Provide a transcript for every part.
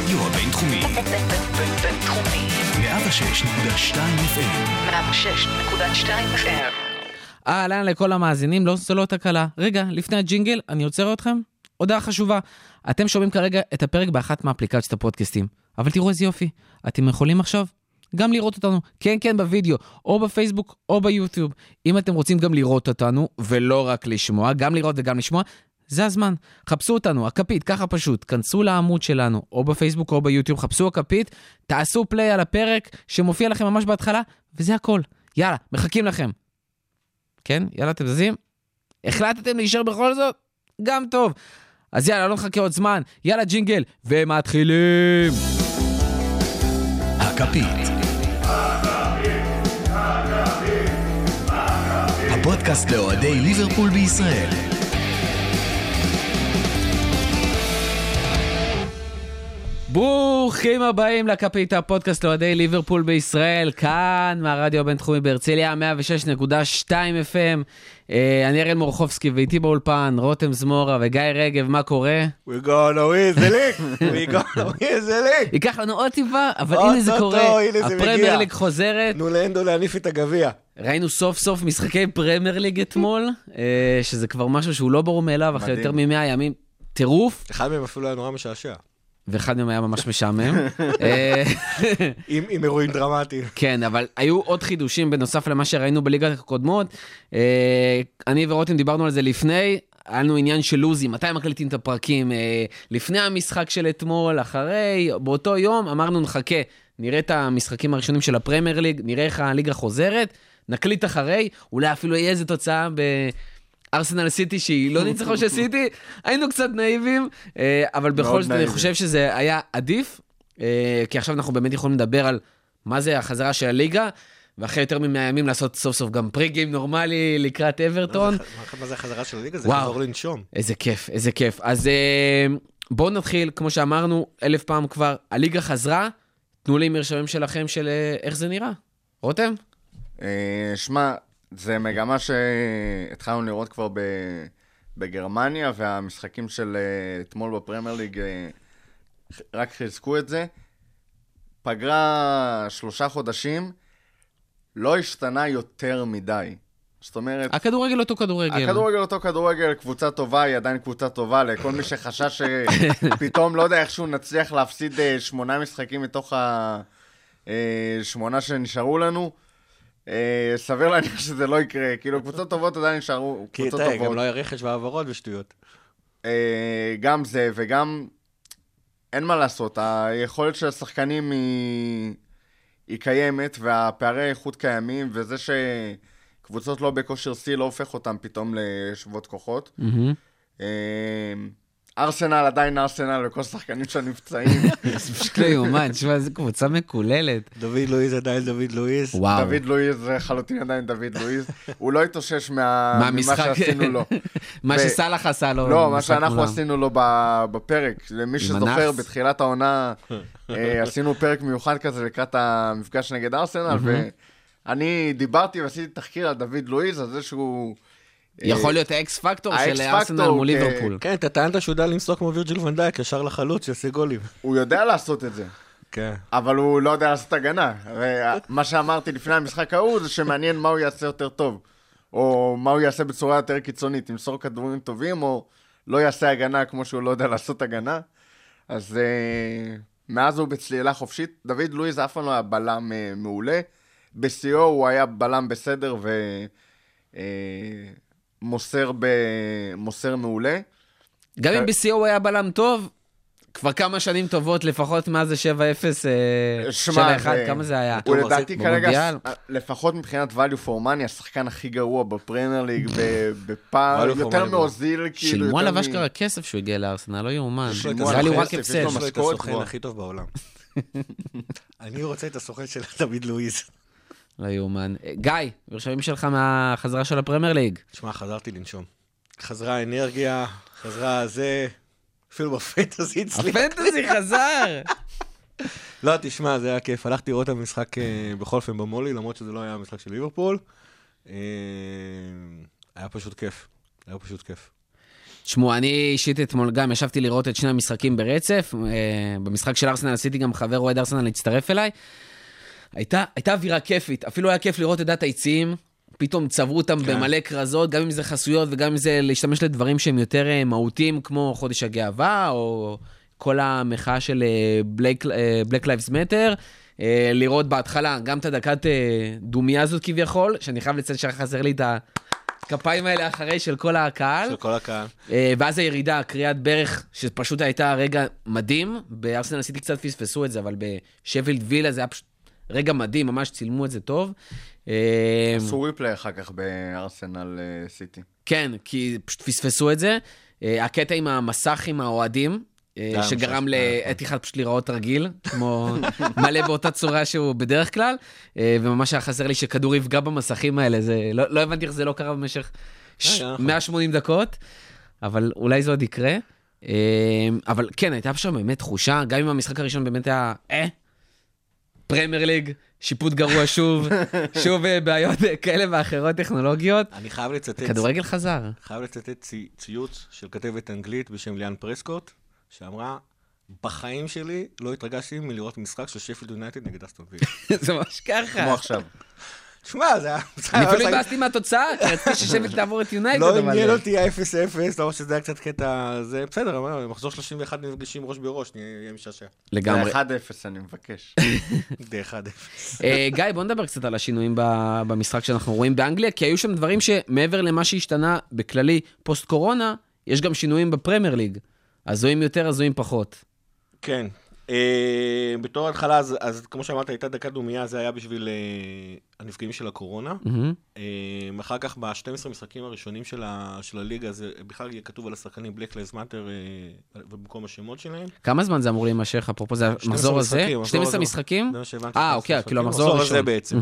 הרדיו הבינתחומי. בינתחומי. 106.2 FM. 106.2 FM. אהלן לכל המאזינים, לא, זו לא תקלה. רגע, לפני הג'ינגל, אני עוצר אתכם. הודעה חשובה. אתם שומעים כרגע את הפרק באחת מאפליקציות הפודקאסטים. אבל תראו איזה יופי. אתם יכולים עכשיו גם לראות אותנו, כן, בווידאו, או בפייסבוק, או ביוטיוב. אם אתם רוצים גם לראות אותנו, ולא רק לשמוע, גם לראות וגם לשמוע, זה הזמן. חפשו אותנו, הכפית, ככה פשוט. כנסו לעמוד שלנו, או בפייסבוק או ביוטיוב, חפשו הכפית, תעשו פליי על הפרק שמופיע לכם ממש בהתחלה, וזה הכל. יאללה, מחכים לכם. כן, יאללה, אתם זזים. החלטתם להישאר בכל זאת? גם טוב. אז יאללה, לא נחכה עוד זמן. יאללה, ג'ינגל, ומתחילים. הכפית. הפודקאסט לאוהדי ליברפול בישראל. ברוכים הבאים לכפית, הפודקאסט לאוהדי ליברפול בישראל, כאן מהרדיו הבינתחומי בהרצליה, 106.2 FM. אני אראל מורחובסקי, ואיתי באולפן רותם זמורה וגיא רגב. מה קורה? We gonna win the league. We gonna win the league. ייקח לנו עוד טיפה, אבל הנה זה קורה. הפרמייר ליג חוזרת. תנו לאנדו להניף את הגביע. ראינו סוף סוף משחקי פרמייר ליג אתמול, שזה כבר משהו שהוא לא ברור מאליו, אחרי יותר מ100 ימים. טירוף. אחד מהם אפילו היה נורא משעשע. ואחד מהם היה ממש משעמם. עם אירועים דרמטיים. כן, אבל היו עוד חידושים בנוסף למה שראינו בליגת הקודמות. אני ורותם דיברנו על זה לפני, היה לנו עניין של לוזים, מתי מקליטים את הפרקים? לפני המשחק של אתמול, אחרי, באותו יום, אמרנו נחכה, נראה את המשחקים הראשונים של הפרמייר ליג, נראה איך הליגה חוזרת, נקליט אחרי, אולי אפילו יהיה איזו תוצאה ארסנל סיטי שהיא לא ניצחון של סיטי, היינו קצת נאיבים, אבל בכל זאת אני חושב שזה היה עדיף, כי עכשיו אנחנו באמת יכולים לדבר על מה זה החזרה של הליגה, ואחרי יותר מ100 ימים לעשות סוף סוף גם פרי-גיים נורמלי לקראת אברטון. מה זה החזרה של הליגה? זה חזור לנשום. איזה כיף. אז בואו נתחיל, כמו שאמרנו 1000 פעם כבר, הליגה חזרה, תנו לי מרשמים שלכם של איך זה נראה. רותם? שמע, זה מגמה שהתחלנו לראות כבר בגרמניה, והמשחקים של אתמול בפרמייר ליג רק חיזקו את זה. פגרה 3 חודשים, לא השתנה יותר מדי. זאת אומרת... הכדורגל אותו כדורגל. הכדורגל אותו כדורגל, קבוצה טובה, היא עדיין קבוצה טובה, לכל מי שחשש שפתאום, לא יודע איכשהו נצליח להפסיד 8 משחקים מתוך ה8 שנשארו לנו. סביר להניח שזה לא יקרה, כאילו קבוצות טובות עדיין נשארו קבוצות טובות. גם לא היה רכש והעברות ושטויות. גם זה, וגם אין מה לעשות, היכולת של השחקנים היא קיימת, והפערי האיכות קיימים, וזה שקבוצות לא בכושר C לא הופך אותם פתאום לשוות כוחות. ארסנל עדיין ארסנל, וכל שחקנים שנפצעים. זה פשוט לא יאומן, תשמע, איזו קבוצה מקוללת. דוד לואיז עדיין דוד לואיז. דוד לואיז זה חלוטין עדיין דוד לואיז. הוא לא התאושש ממה שעשינו לו. מה שסלח עשה לו. לא, מה שאנחנו עשינו לו בפרק. למי שזוכר, בתחילת העונה עשינו פרק מיוחד כזה לקראת המפגש נגד ארסנל, ואני דיברתי ועשיתי תחקיר על דוד לואיז, על זה שהוא... יכול להיות האקס פקטור של ארסנל מול ליברפול. כן, אתה טענת שהוא יודע לנסוק כמו וירג'יל ון דייק, ישר לחלוץ, שיעשה גולים. הוא יודע לעשות את זה. כן. אבל הוא לא יודע לעשות הגנה. מה שאמרתי לפני המשחק ההוא, זה שמעניין מה הוא יעשה יותר טוב. או מה הוא יעשה בצורה יותר קיצונית. ימסור כדורים טובים, או לא יעשה הגנה כמו שהוא לא יודע לעשות הגנה. אז מאז הוא בצלילה חופשית. דוד לואיז אף פעם לא היה בלם מעולה. בסיור הוא היה בלם בסדר מוסר מעולה. גם אם ב-CO הוא היה בלם טוב, כבר כמה שנים טובות, לפחות מאז זה 7-0, 7-1, כמה זה היה? הוא לדעתי כרגע, לפחות מבחינת value for money, השחקן הכי גרוע בפרמייר ליג, בפער יותר מאוזיל. שילמו עליו אשכרה כסף שהוא הגיע לארסנל, לא יאומן. נראה לי הוא רק הפסד. יש לו את הסוכן הכי טוב בעולם. אני רוצה את הסוכן של דוד לואיז. לא יאומן. גיא, מרשמים שלך מהחזרה של הפרמייר ליג. תשמע, חזרתי לנשום. חזרה האנרגיה, חזרה זה, אפילו בפנטזי אצלי. הפנטזי חזר! לא, תשמע, זה היה כיף. הלכתי לראות את המשחק בכל אופן במולי, למרות שזה לא היה המשחק של ליברפול. היה פשוט כיף. תשמעו, אני אישית אתמול גם ישבתי לראות את שני המשחקים ברצף, במשחק של ארסנל עשיתי גם חבר אוהד ארסנל להצטרף אליי, הייתה אווירה כיפית, אפילו היה כיף לראות את דת היציאים, פתאום צברו אותם במלא קרזות, גם אם זה חסויות וגם אם זה להשתמש לדברים שהם יותר מהותיים, כמו חודש הגאווה, או כל המחאה של Black Lives Matter, לראות בהתחלה גם את הדקת דומיה הזאת כביכול, שאני חייב לציין שחסר לי את הכפיים האלה אחרי של כל הקהל. של כל הקהל. ואז הירידה, קריאת ברך, שפשוט הייתה רגע מדהים, בארסנל סיטי קצת פספסו את זה, אבל בשפילד וילה זה היה פשוט רגע מדהים, ממש צילמו את זה טוב. עשו ריפלי אחר כך בארסנל סיטי. כן, כי פשוט פספסו את זה. הקטע עם המסך עם האוהדים, שגרם לאתיחד פשוט לראות רגיל, כמו מלא באותה צורה שהוא בדרך כלל, וממש היה חסר לי שכדור יפגע במסכים האלה, לא הבנתי איך זה לא קרה במשך 180 דקות, אבל אולי זה עוד יקרה. אבל כן, הייתה שם באמת תחושה, גם אם המשחק הראשון באמת היה, פרמייר ליג, שיפוט גרוע שוב בעיות כאלה ואחרות טכנולוגיות. אני חייב לצטט... כדורגל חזר. חייב לצטט ציוץ של כתבת אנגלית בשם ליאן פרסקוט, שאמרה, בחיים שלי לא התרגשתי מלראות משחק של שפילד יונייטד נגד אסטון וילה. זה ממש ככה. כמו עכשיו. תשמע, זה היה... אני אפילו התבאסתי מהתוצאה, כי רציתי ששפילד תעבור את יונייטד, לא עניין אותי ה-0-0, למרות שזה היה קצת קטע... זה בסדר, מחזור 31 נפגשים ראש בראש, נהיה משעשע. לגמרי. זה 1-0, אני מבקש. זה 1-0. גיא, בוא נדבר קצת על השינויים במשחק שאנחנו רואים באנגליה, כי היו שם דברים שמעבר למה שהשתנה בכללי פוסט-קורונה, יש גם שינויים בפרמייר ליג. הזויים יותר, הזויים פחות. כן. בתור ההתחלה, אז כמו שאמרת, הייתה דקה דומיה, זה היה בשביל הנפגעים של הקורונה. אחר כך, ב-12 משחקים הראשונים של הליגה, זה בכלל יהיה כתוב על השחקנים Black Lives Matter ובמקום השמות שלהם. כמה זמן זה אמור להימשך? אפרופו, זה המחזור הזה? 12 משחקים? אוקיי, כאילו המחזור הראשון. הזה בעצם.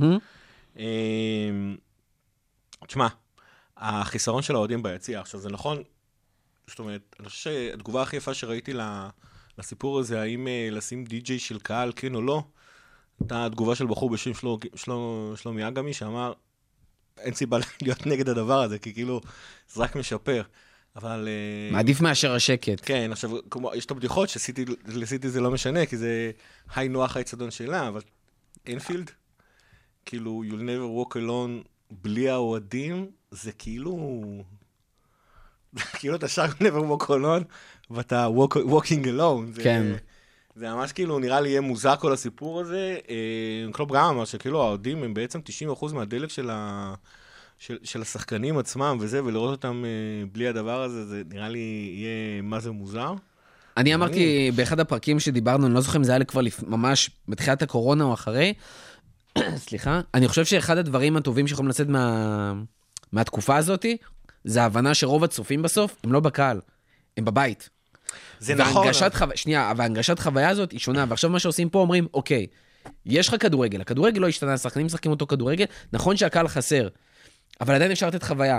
תשמע, החיסרון של האוהדים ביציע, עכשיו זה נכון, זאת אומרת, אני חושב שהתגובה הכי יפה שראיתי לסיפור הזה, האם לשים די-ג'יי של קהל, כן או לא, הייתה התגובה של בחור בשם שלומי אגמי, שאמר, אין סיבה להיות נגד הדבר הזה, כי כאילו, זה רק משפר. אבל... מעדיף מאשר השקט. כן, עכשיו, כמו, יש את הבדיחות שלסיטי זה לא משנה, כי זה היי נוח האצטדיון שלה, אבל אינפילד, כאילו, you'll never walk alone בלי האוהדים, זה כאילו... כאילו אתה שר never walk alone, ואתה walking alone. כן. זה ממש כאילו נראה לי יהיה מוזר כל הסיפור הזה. קלופ גם אמר שכאילו האוהדים הם בעצם 90% מהדלק של השחקנים עצמם וזה, ולראות אותם בלי הדבר הזה, זה נראה לי יהיה מה זה מוזר. אני אמרתי באחד הפרקים שדיברנו, אני לא זוכר אם זה היה כבר ממש בתחילת הקורונה או אחרי, סליחה, אני חושב שאחד הדברים הטובים שיכולים לצאת מהתקופה הזאת, זה ההבנה שרוב הצופים בסוף הם לא בקהל, הם בבית. זה נכון. שנייה, וההנגשת חוויה הזאת היא שונה, ועכשיו מה שעושים פה אומרים, אוקיי, יש לך כדורגל, הכדורגל לא השתנה, השחקנים משחקים אותו כדורגל, נכון שהקהל חסר, אבל עדיין אפשר לתת חוויה.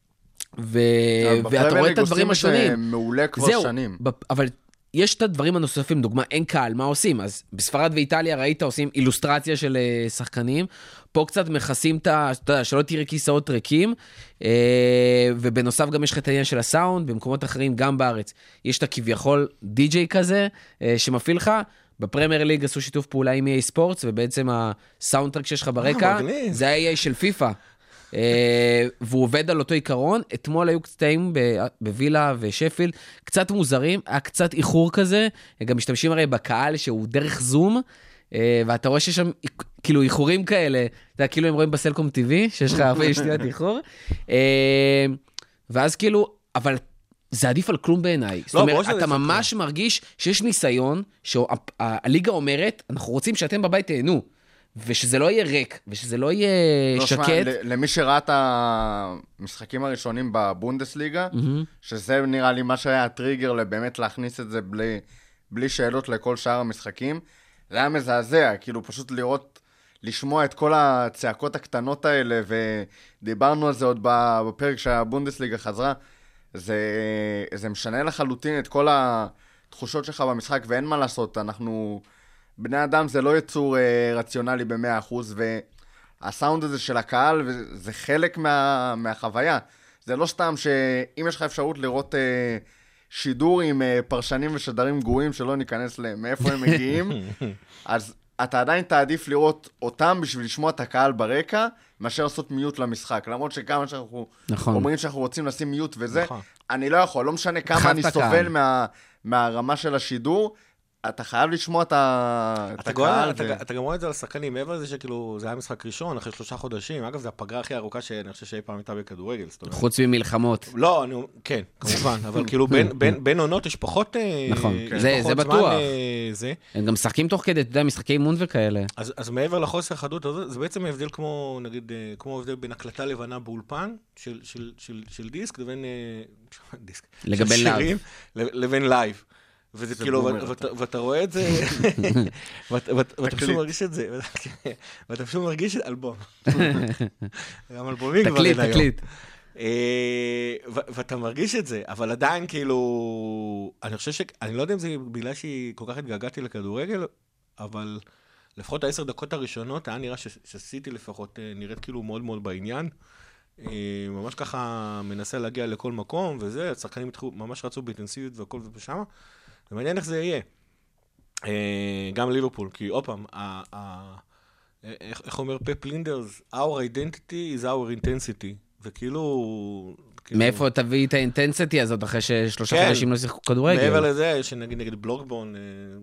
ואתה רואה את הדברים השונים. זה מעולה כבר שנים. אבל יש את הדברים הנוספים, דוגמה, אין קהל, מה עושים? אז בספרד ואיטליה ראית, עושים אילוסטרציה של שחקנים, פה קצת מכסים שלא תראה כיסאות ריקים, ובנוסף גם יש לך את העניין של הסאונד, במקומות אחרים, גם בארץ, יש את הכביכול די-ג'יי כזה, שמפעיל לך, בפרמייר ליג עשו שיתוף פעולה עם EA ספורטס, ובעצם הסאונדטרק שיש לך ברקע, זה ה-EA של פיפה. והוא עובד על אותו עיקרון. אתמול היו קטעים בווילה ושפילד, קצת מוזרים, היה קצת איחור כזה, גם משתמשים הרי בקהל שהוא דרך זום, ואתה רואה שיש שם כאילו איחורים כאלה, אתה כאילו הם רואים בסלקום TV, שיש לך הרבה שניות איחור, ואז כאילו, אבל זה עדיף על כלום בעיניי. זאת אומרת, אתה ממש מרגיש שיש ניסיון, שהליגה אומרת, אנחנו רוצים שאתם בבית תהנו, ושזה לא יהיה ריק, ושזה לא יהיה שקט. למי שראה את המשחקים הראשונים בבונדסליגה, שזה נראה לי מה שהיה הטריגר לבאמת להכניס את זה בלי שאלות לכל שאר המשחקים, זה היה מזעזע, כאילו פשוט לראות, לשמוע את כל הצעקות הקטנות האלה, ודיברנו על זה עוד בפרק שהבונדסליגה חזרה, זה משנה לחלוטין את כל התחושות שלך במשחק, ואין מה לעשות, אנחנו... בני אדם זה לא יצור רציונלי ב100%, והסאונד הזה של הקהל, זה חלק מהחוויה. זה לא סתם שאם יש לך אפשרות לראות שידור עם פרשנים ושדרים גרועים שלא ניכנס להם, מאיפה הם מגיעים, אז אתה עדיין תעדיף לראות אותם בשביל לשמוע את הקהל ברקע, מאשר לעשות מיוט למשחק. למרות שכמה שאנחנו אומרים שאנחנו רוצים לשים מיוט וזה, אני לא יכול, לא משנה כמה אני סובל מהרמה של השידור, אתה חייב לשמוע את הקהל. אתה גם רואה את זה על השחקנים, מעבר לזה שכאילו זה היה משחק ראשון, אחרי 3 חודשים, אגב, זה הפגרה הכי ארוכה שאני חושב שאי פעם הייתה בכדורגל. חוץ ממלחמות. לא, כן, כמובן, אבל כאילו בין עונות יש פחות... נכון, זה בטוח. הם גם משחקים תוך כדי, אתה יודע, משחקי אימון וכאלה. אז מעבר לחוסר חדות, זה בעצם ההבדל כמו, נגיד, כמו ההבדל בין הקלטה לבנה באולפן, של דיסק, לבין לייב. וזה כאילו, ואתה רואה את זה, ואתה פשוט מרגיש את זה, ואתה פשוט מרגיש את אלבום. גם אלבומים כבר אין היום. תקליט. ואתה מרגיש את זה, אבל עדיין כאילו, אני חושב אני לא יודע אם זה בגלל שהיא כל כך התגעגעתי לכדורגל, אבל לפחות 10 דקות הראשונות, היה נראה שסיטי לפחות נראית כאילו מאוד מאוד בעניין. ממש ככה מנסה להגיע לכל מקום, וזה, השחקנים ממש רצו באינטנסיביות והכל ובשמה. ומעניין איך זה יהיה. גם ליברפול, כי עוד פעם, איך אומר פפ לינדרס, our identity is our intensity, וכאילו... מאיפה תביא את האינטנסיטי הזאת אחרי ש3 חודשים לא שיחקו כדורגל? מעבר לזה, שנגיד בלוקבון,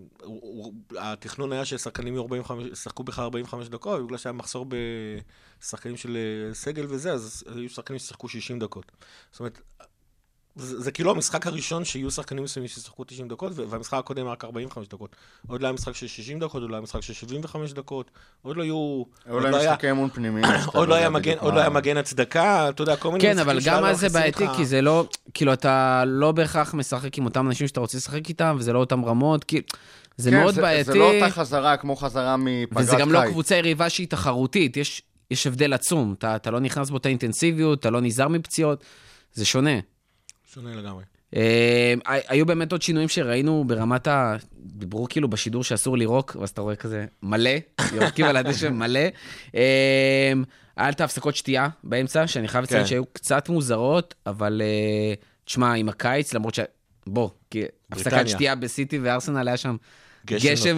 התכנון היה ששחקנים שחקו בכלל 45 דקות, בגלל שהיה מחסור בשחקנים של סגל וזה, אז היו שחקנים ששחקו 60 דקות. זאת אומרת, זה כאילו המשחק הראשון שיהיו שחקנים מסוימים ששחקו 90 דקות, והמשחק הקודם רק 45 דקות. עוד לא היה משחק של 60 דקות, עוד לא היה משחק של 75 דקות, עוד לא היו... עוד לא היה משחקי אמון פנימיים. עוד לא היה מגן הצדקה, אתה יודע, כל מיני... כן, אבל גם אז זה בעייתי, כי זה לא... כאילו, אתה לא בהכרח משחק עם אותם אנשים שאתה רוצה לשחק איתם, וזה לא אותם רמות, כאילו... זה מאוד בעייתי. זה לא אותה חזרה כמו חזרה מפגרת וזה גם לא קבוצה יריבה שהיא תחרותית, יש הבדל עצום, אתה לא נכנס באותה אינטנסיביות, אתה לא נזהר מפציעות, זה שונה. שונה לגמרי. היו באמת עוד שינויים שראינו ברמת דיברו כאילו בשידור שאסור לירוק, ואז אתה רואה כזה מלא, יורקים על הדשא מלא. היה את ההפסקות שתייה באמצע, שאני חייב לציין שהיו קצת מוזרות, אבל תשמע, עם הקיץ, למרות בוא, כי הפסקת שתייה בסיטי וארסנל היה שם גשם.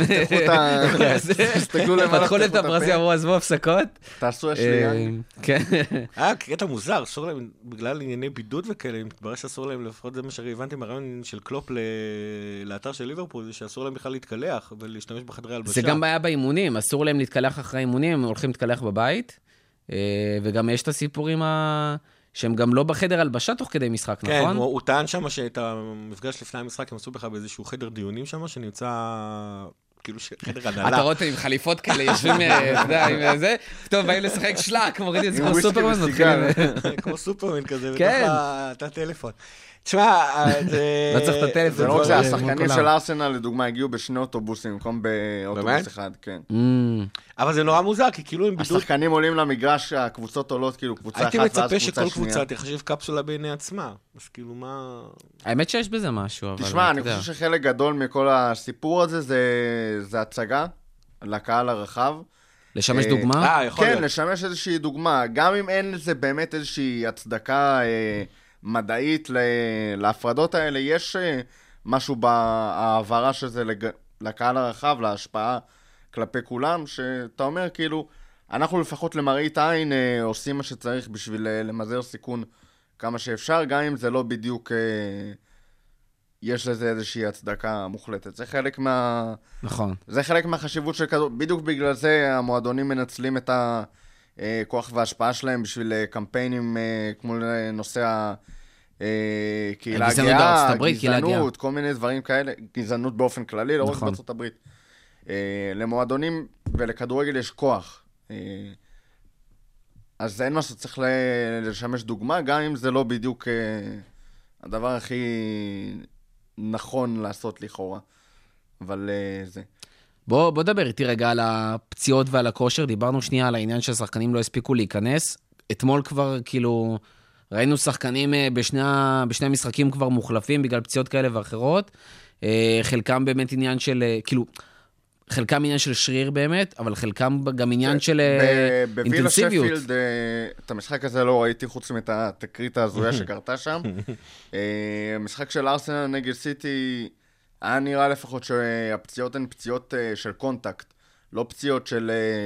תסתכלו למעלה. פתחו לב את הברזי, אמרו, עזבו הפסקות. תעשו השלייה. כן. קטע מוזר, אסור להם, בגלל ענייני בידוד וכאלה, מתברר שאסור להם, לפחות זה מה שהבנתי מהרעיון של קלופ לאתר של ליברפול, זה שאסור להם בכלל להתקלח ולהשתמש בחדרי הלבשה. זה גם בעיה באימונים, אסור להם להתקלח אחרי אימונים, הם הולכים להתקלח בבית, וגם יש את הסיפורים שהם גם לא בחדר הלבשה תוך כדי משחק, נכון? כן, הוא טען שם שאת המפגש לפני המשחק, הם עשו בכלל באיזשהו חדר דיונים שם, שנמצא כאילו חדר הנהלה. אתה רואה עם חליפות כאלה, יושבים, אתה יודע, עם זה, פתאום באים לשחק שלק, מורידים את זה כמו סופרמן, כמו סופרמן כזה, בתוך הטלפון. תשמע, לא צריך את הטלפון. זה לא רק שהשחקנים של ארסנל, לדוגמה, הגיעו בשני אוטובוסים, במקום באוטובוס אחד, כן. אבל זה נורא מוזר, כי כאילו הם בידוד... השחקנים עולים למגרש, הקבוצות עולות, כאילו קבוצה אחת ואז קבוצה שנייה. הייתי מצפה שכל קבוצה תחשב קפסולה בעיני עצמה. אז כאילו מה... האמת שיש בזה משהו, אבל... תשמע, אני חושב שחלק גדול מכל הסיפור הזה, זה הצגה לקהל הרחב. לשמש דוגמה? כן, לשמש איזושהי דוגמה. גם אם אין לזה באמת איזושהי הצדקה מדעית להפרדות האלה, יש משהו בהעברה שזה לקהל הרחב, להשפעה כלפי כולם, שאתה אומר כאילו, אנחנו לפחות למראית עין עושים מה שצריך בשביל למזער סיכון כמה שאפשר, גם אם זה לא בדיוק, יש לזה איזושהי הצדקה מוחלטת. זה חלק נכון. זה חלק מהחשיבות של כדור, בדיוק בגלל זה המועדונים מנצלים את הכוח וההשפעה שלהם בשביל קמפיינים כמו נושא הקהילה הגאה, גזענות, כל מיני דברים כאלה, גזענות באופן כללי, לא רק בארצות הברית. למועדונים ולכדורגל יש כוח. אז אין מה שצריך לשמש דוגמה, גם אם זה לא בדיוק הדבר הכי נכון לעשות לכאורה. אבל זה. בוא דבר איתי רגע על הפציעות ועל הכושר. דיברנו שנייה על העניין שהשחקנים לא הספיקו להיכנס. אתמול כבר כאילו ראינו שחקנים בשני המשחקים כבר מוחלפים בגלל פציעות כאלה ואחרות. חלקם באמת עניין של כאילו חלקם עניין של שריר באמת, אבל חלקם גם עניין של בווילה אינטנסיביות. שפילד, את המשחק הזה לא ראיתי חוץ מהתקרית ההזויה שקרתה שם. המשחק של ארסנל נגד סיטי, היה נראה לפחות שהפציעות הן פציעות של קונטקט, לא פציעות של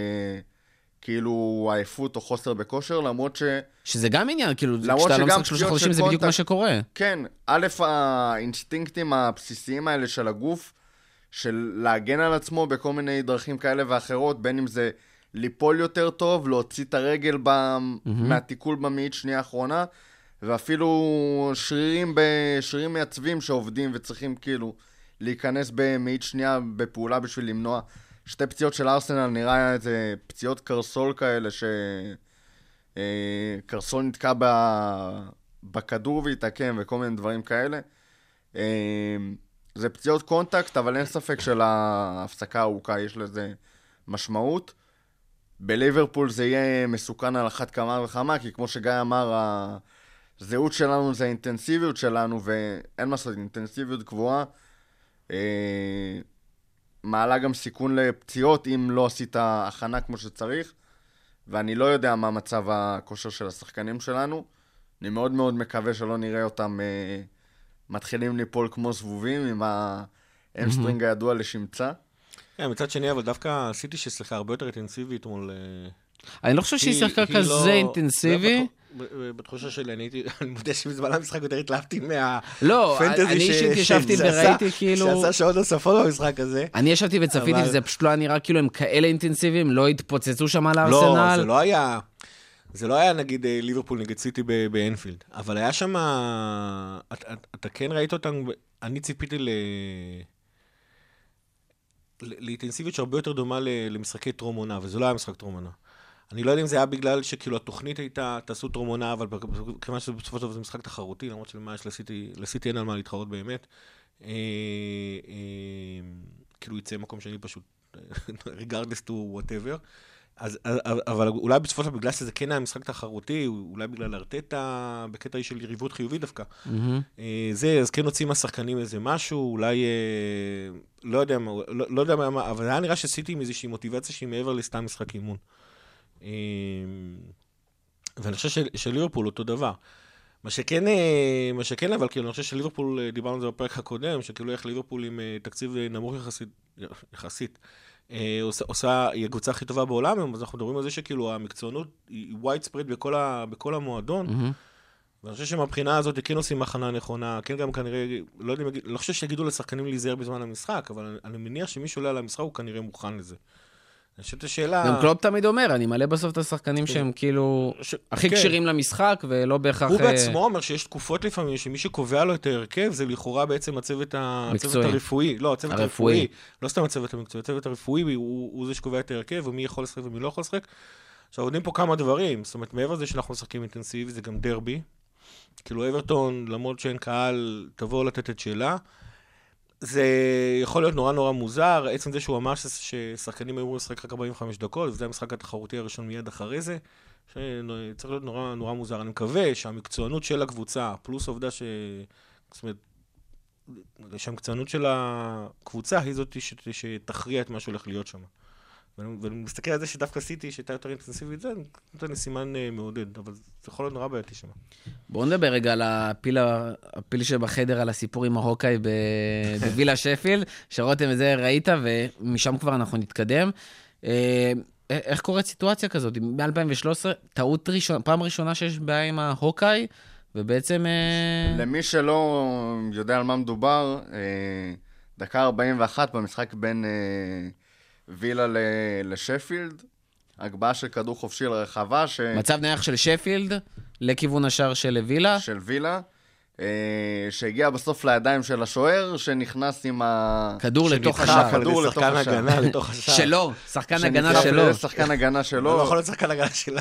כאילו עייפות או חוסר בכושר, למרות שזה גם עניין, כאילו, כשאתה לא משחק 3 חודשים זה בדיוק מה שקורה. כן, א', האינסטינקטים הבסיסיים האלה של הגוף, של להגן על עצמו בכל מיני דרכים כאלה ואחרות, בין אם זה ליפול יותר טוב, להוציא את הרגל מהתיקול במאית שנייה האחרונה, ואפילו שרירים מעצבים שעובדים וצריכים כאילו להיכנס במאית שנייה בפעולה בשביל למנוע. שתי פציעות של ארסנל נראה איזה פציעות קרסול כאלה, שקרסול נתקע בכדור והתעקם וכל מיני דברים כאלה. זה פציעות קונטקט, אבל אין ספק שלהפסקה הארוכה יש לזה משמעות. בליברפול זה יהיה מסוכן על אחת כמה וכמה, כי כמו שגיא אמר, הזהות שלנו זה האינטנסיביות שלנו, ואין מה לעשות, אינטנסיביות גבוהה. מעלה גם סיכון לפציעות אם לא עשית הכנה כמו שצריך, ואני לא יודע מה מצב הכושר של השחקנים שלנו. אני מאוד מאוד מקווה שלא נראה אותם מתחילים ליפול כמו סבובים עם האמסטרינג הידוע לשמצה. מצד שני, אבל דווקא עשיתי ששיחה הרבה יותר אינטנסיבית מול... אני לא חושב שהיא שיחקה כזה אינטנסיבי. בתחושה שלי, אני מודה שבזמן המשחק יותר התלהבתי מהפנטזי לא, אני אישית ישבתי וראיתי כאילו... שעשה שעות נוספות במשחק הזה. אני ישבתי וצפיתי וזה פשוט לא נראה כאילו הם כאלה אינטנסיביים, לא התפוצצו שם על הארסנל. לא, זה לא היה נגיד ליברפול נגד סיטי באנפילד, אבל היה שם... אתה כן ראית אותם, אני ציפיתי לאינטנסיביות שהרבה יותר דומה למשחקי טרום עונה, וזה לא היה משחק טרום עונה. אני לא יודע אם זה היה בגלל שכאילו התוכנית הייתה, תעשו טרום עונה, אבל כיוון שבסופו של דבר זה משחק תחרותי, למרות שלמה יש לסיטי אין על מה להתחרות באמת, כאילו יצא מקום שני פשוט, regardless to whatever, אבל אולי בסופו של דבר בגלל שזה כן היה משחק תחרותי, אולי בגלל ארטטה, בקטע של יריבות חיובית דווקא. אז כן הוצאים השחקנים איזה משהו, אולי, לא יודע מה, אבל היה נראה שסיטי עם איזושהי מוטיבציה שהיא מעבר לסתם משחק אימון. ואני חושב שליברפול אותו דבר. מה שכן, אבל כאילו, אני חושב שליברפול, דיברנו על זה בפרק הקודם, שכאילו איך ליברפול עם תקציב נמוך יחסית, היא הקבוצה הכי טובה בעולם, אז אנחנו מדברים על זה שכאילו המקצוענות היא widespread בכל המועדון, ואני חושב שמבחינה הזאת כן עושים הכנה נכונה, כן גם כנראה, לא חושב שיגידו לשחקנים להיזהר בזמן המשחק, אבל אני מניח שמי שעולה על המשחק הוא כנראה מוכן לזה. אני חושבת השאלה... גם קלופ תמיד אומר, אני מלא בסוף את השחקנים שהם כאילו הכי קשירים למשחק, ולא בהכרח... הוא בעצמו אומר שיש תקופות לפעמים, שמי שקובע לו את ההרכב, זה לכאורה בעצם הצוות הרפואי. לא, הצוות הרפואי. לא סתם הצוות המקצועי, הצוות הרפואי הוא זה שקובע את ההרכב, ומי יכול לשחק ומי לא יכול לשחק. עכשיו, יודעים פה כמה דברים. זאת אומרת, מעבר לזה שאנחנו משחקים אינטנסיבי, זה גם דרבי. כאילו, אברטון, למרות שאין קהל, תבוא לתת את שאלה. זה יכול להיות נורא נורא מוזר, עצם זה שהוא אמר ששחקנים היו לשחק רק 45 דקות, וזה המשחק התחרותי הראשון מיד אחרי זה, שצריך להיות נורא נורא מוזר. אני מקווה שהמקצוענות של הקבוצה, פלוס העובדה זאת אומרת, שהמקצוענות של הקבוצה היא זאת שתכריע את מה שהולך להיות שם. ואני מסתכל על זה שדווקא סיטי, שהייתה יותר אינטנסיבית, זה נותן לי סימן מעודד, אבל זה יכול להיות נורא בעייתי שם. בואו נדבר רגע על הפיל שבחדר, על הסיפור עם ההוקאי בווילה שפילד, שרותם את זה ראית, ומשם כבר אנחנו נתקדם. איך קורית סיטואציה כזאת? מ-2013, טעות ראשונה, פעם ראשונה שיש בעיה עם ההוקאי, ובעצם... למי שלא יודע על מה מדובר, דקה 41 במשחק בין... וילה לשפילד, הגבהה של כדור חופשי לרחבה. מצב נייח של שפילד לכיוון השער של וילה. של וילה, שהגיע בסוף לידיים של השוער, שנכנס עם כדור לתוך השער. כדור לשחקן הגנה לתוך השער. שלו, שחקן הגנה שלו. שחקן הגנה שלו. לא יכול להיות שחקן הגנה שלה.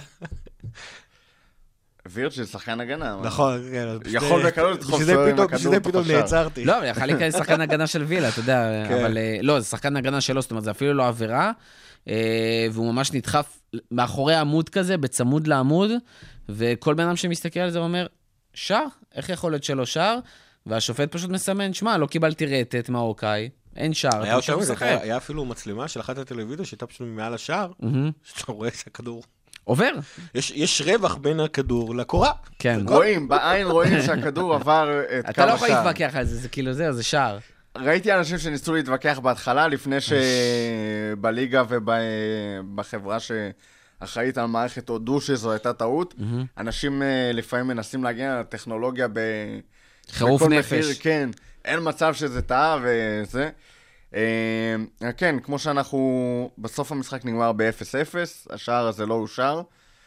וירצ'ל, שחקן הגנה. נכון, כן. יכול בקלות לדחוף שוער עם הכדור שזה פתאום נעצרתי. לא, יכל להיכנס שחקן הגנה של וילה, אתה יודע, אבל לא, זה שחקן הגנה שלו, זאת אומרת, זה אפילו לא עבירה, והוא ממש נדחף מאחורי העמוד כזה, בצמוד לעמוד, וכל בן אדם שמסתכל על זה אומר, שער? איך יכול להיות שלא שער? והשופט פשוט מסמן, שמע, לא קיבלתי רטט מהאוקיי, אין שער. היה יותר מזה, היה אפילו מצלמה של אחת הטלוויזיה שהייתה פשוט מעל השער, שאתה רואה שהכדור... עובר. יש רווח בין הכדור לקורה. כן. רואים, בעין רואים שהכדור עבר את קו השער. אתה לא יכול להתווכח על זה, זה כאילו זה שער. ראיתי אנשים שניסו להתווכח בהתחלה, לפני שבליגה ובחברה שאחראית על מערכת הודו שזו הייתה טעות. אנשים לפעמים מנסים להגיע לטכנולוגיה חירוף נפש. כן, אין מצב שזה טעה וזה. כן, כמו שאנחנו, בסוף המשחק נגמר ב-0-0, השער הזה לא אושר.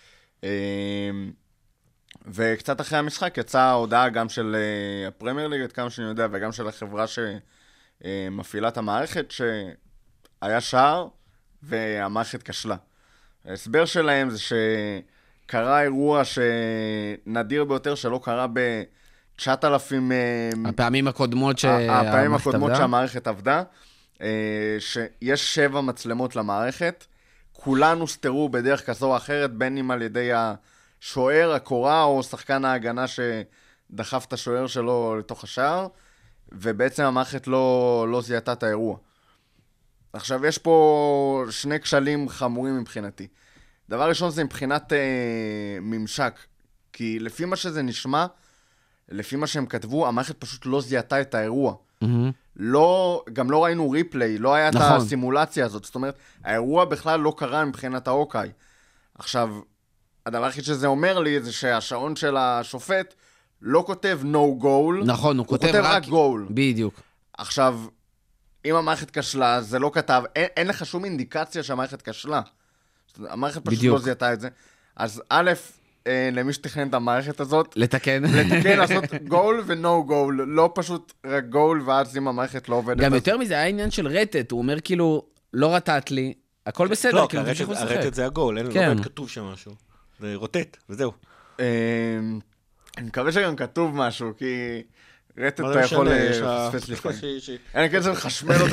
וקצת אחרי המשחק יצאה הודעה גם של הפרמייר ליג, כמה שאני יודע, וגם של החברה שמפעילה את המערכת, שהיה שער והמערכת כשלה. ההסבר שלהם זה שקרה אירוע שנדיר ביותר שלא קרה ב-9,000... הפעמים הקודמות שהמערכת עבדה, שיש 7 מצלמות למערכת, כולן הוסתרו בדרך כזו או אחרת, בין אם על ידי השוער, הקורה, או שחקן ההגנה שדחף את השוער שלו לתוך השער, ובעצם המערכת לא זיהתה את האירוע. עכשיו, יש פה 2 כשלים חמורים מבחינתי. דבר ראשון זה מבחינת ממשק, כי לפי מה שזה נשמע, לפי מה שהם כתבו, המערכת פשוט לא זיהתה את האירוע. גם לא ראינו ריפליי, לא היה את הסימולציה הזאת. זאת אומרת, האירוע בכלל לא קרה מבחינת האוקיי. עכשיו, הדבר הכי שזה אומר לי זה שהשעון של השופט לא כותב no goal. נכון, הוא כותב רק goal. בדיוק. עכשיו, אם המערכת כשלה, זה לא כתב, אין לך שום אינדיקציה שהמערכת כשלה. המערכת פשוט לא זיהתה את זה. אז א', למי שתכנן את המערכת הזאת, לתקן, לעשות גול ונו גול, לא פשוט רק גול, ואז אם המערכת לא עובדת. גם יותר מזה, היה עניין של רטט, הוא אומר כאילו, לא רטט לי, הכל בסדר. לא, כי הרטט זה הגול, לא באמת כתוב שם משהו. זה רוטט, וזהו. אני מקווה שגם כתוב משהו, כי רטט אתה יכול לפספס לפעמים. אין כזה לחשמל אותו.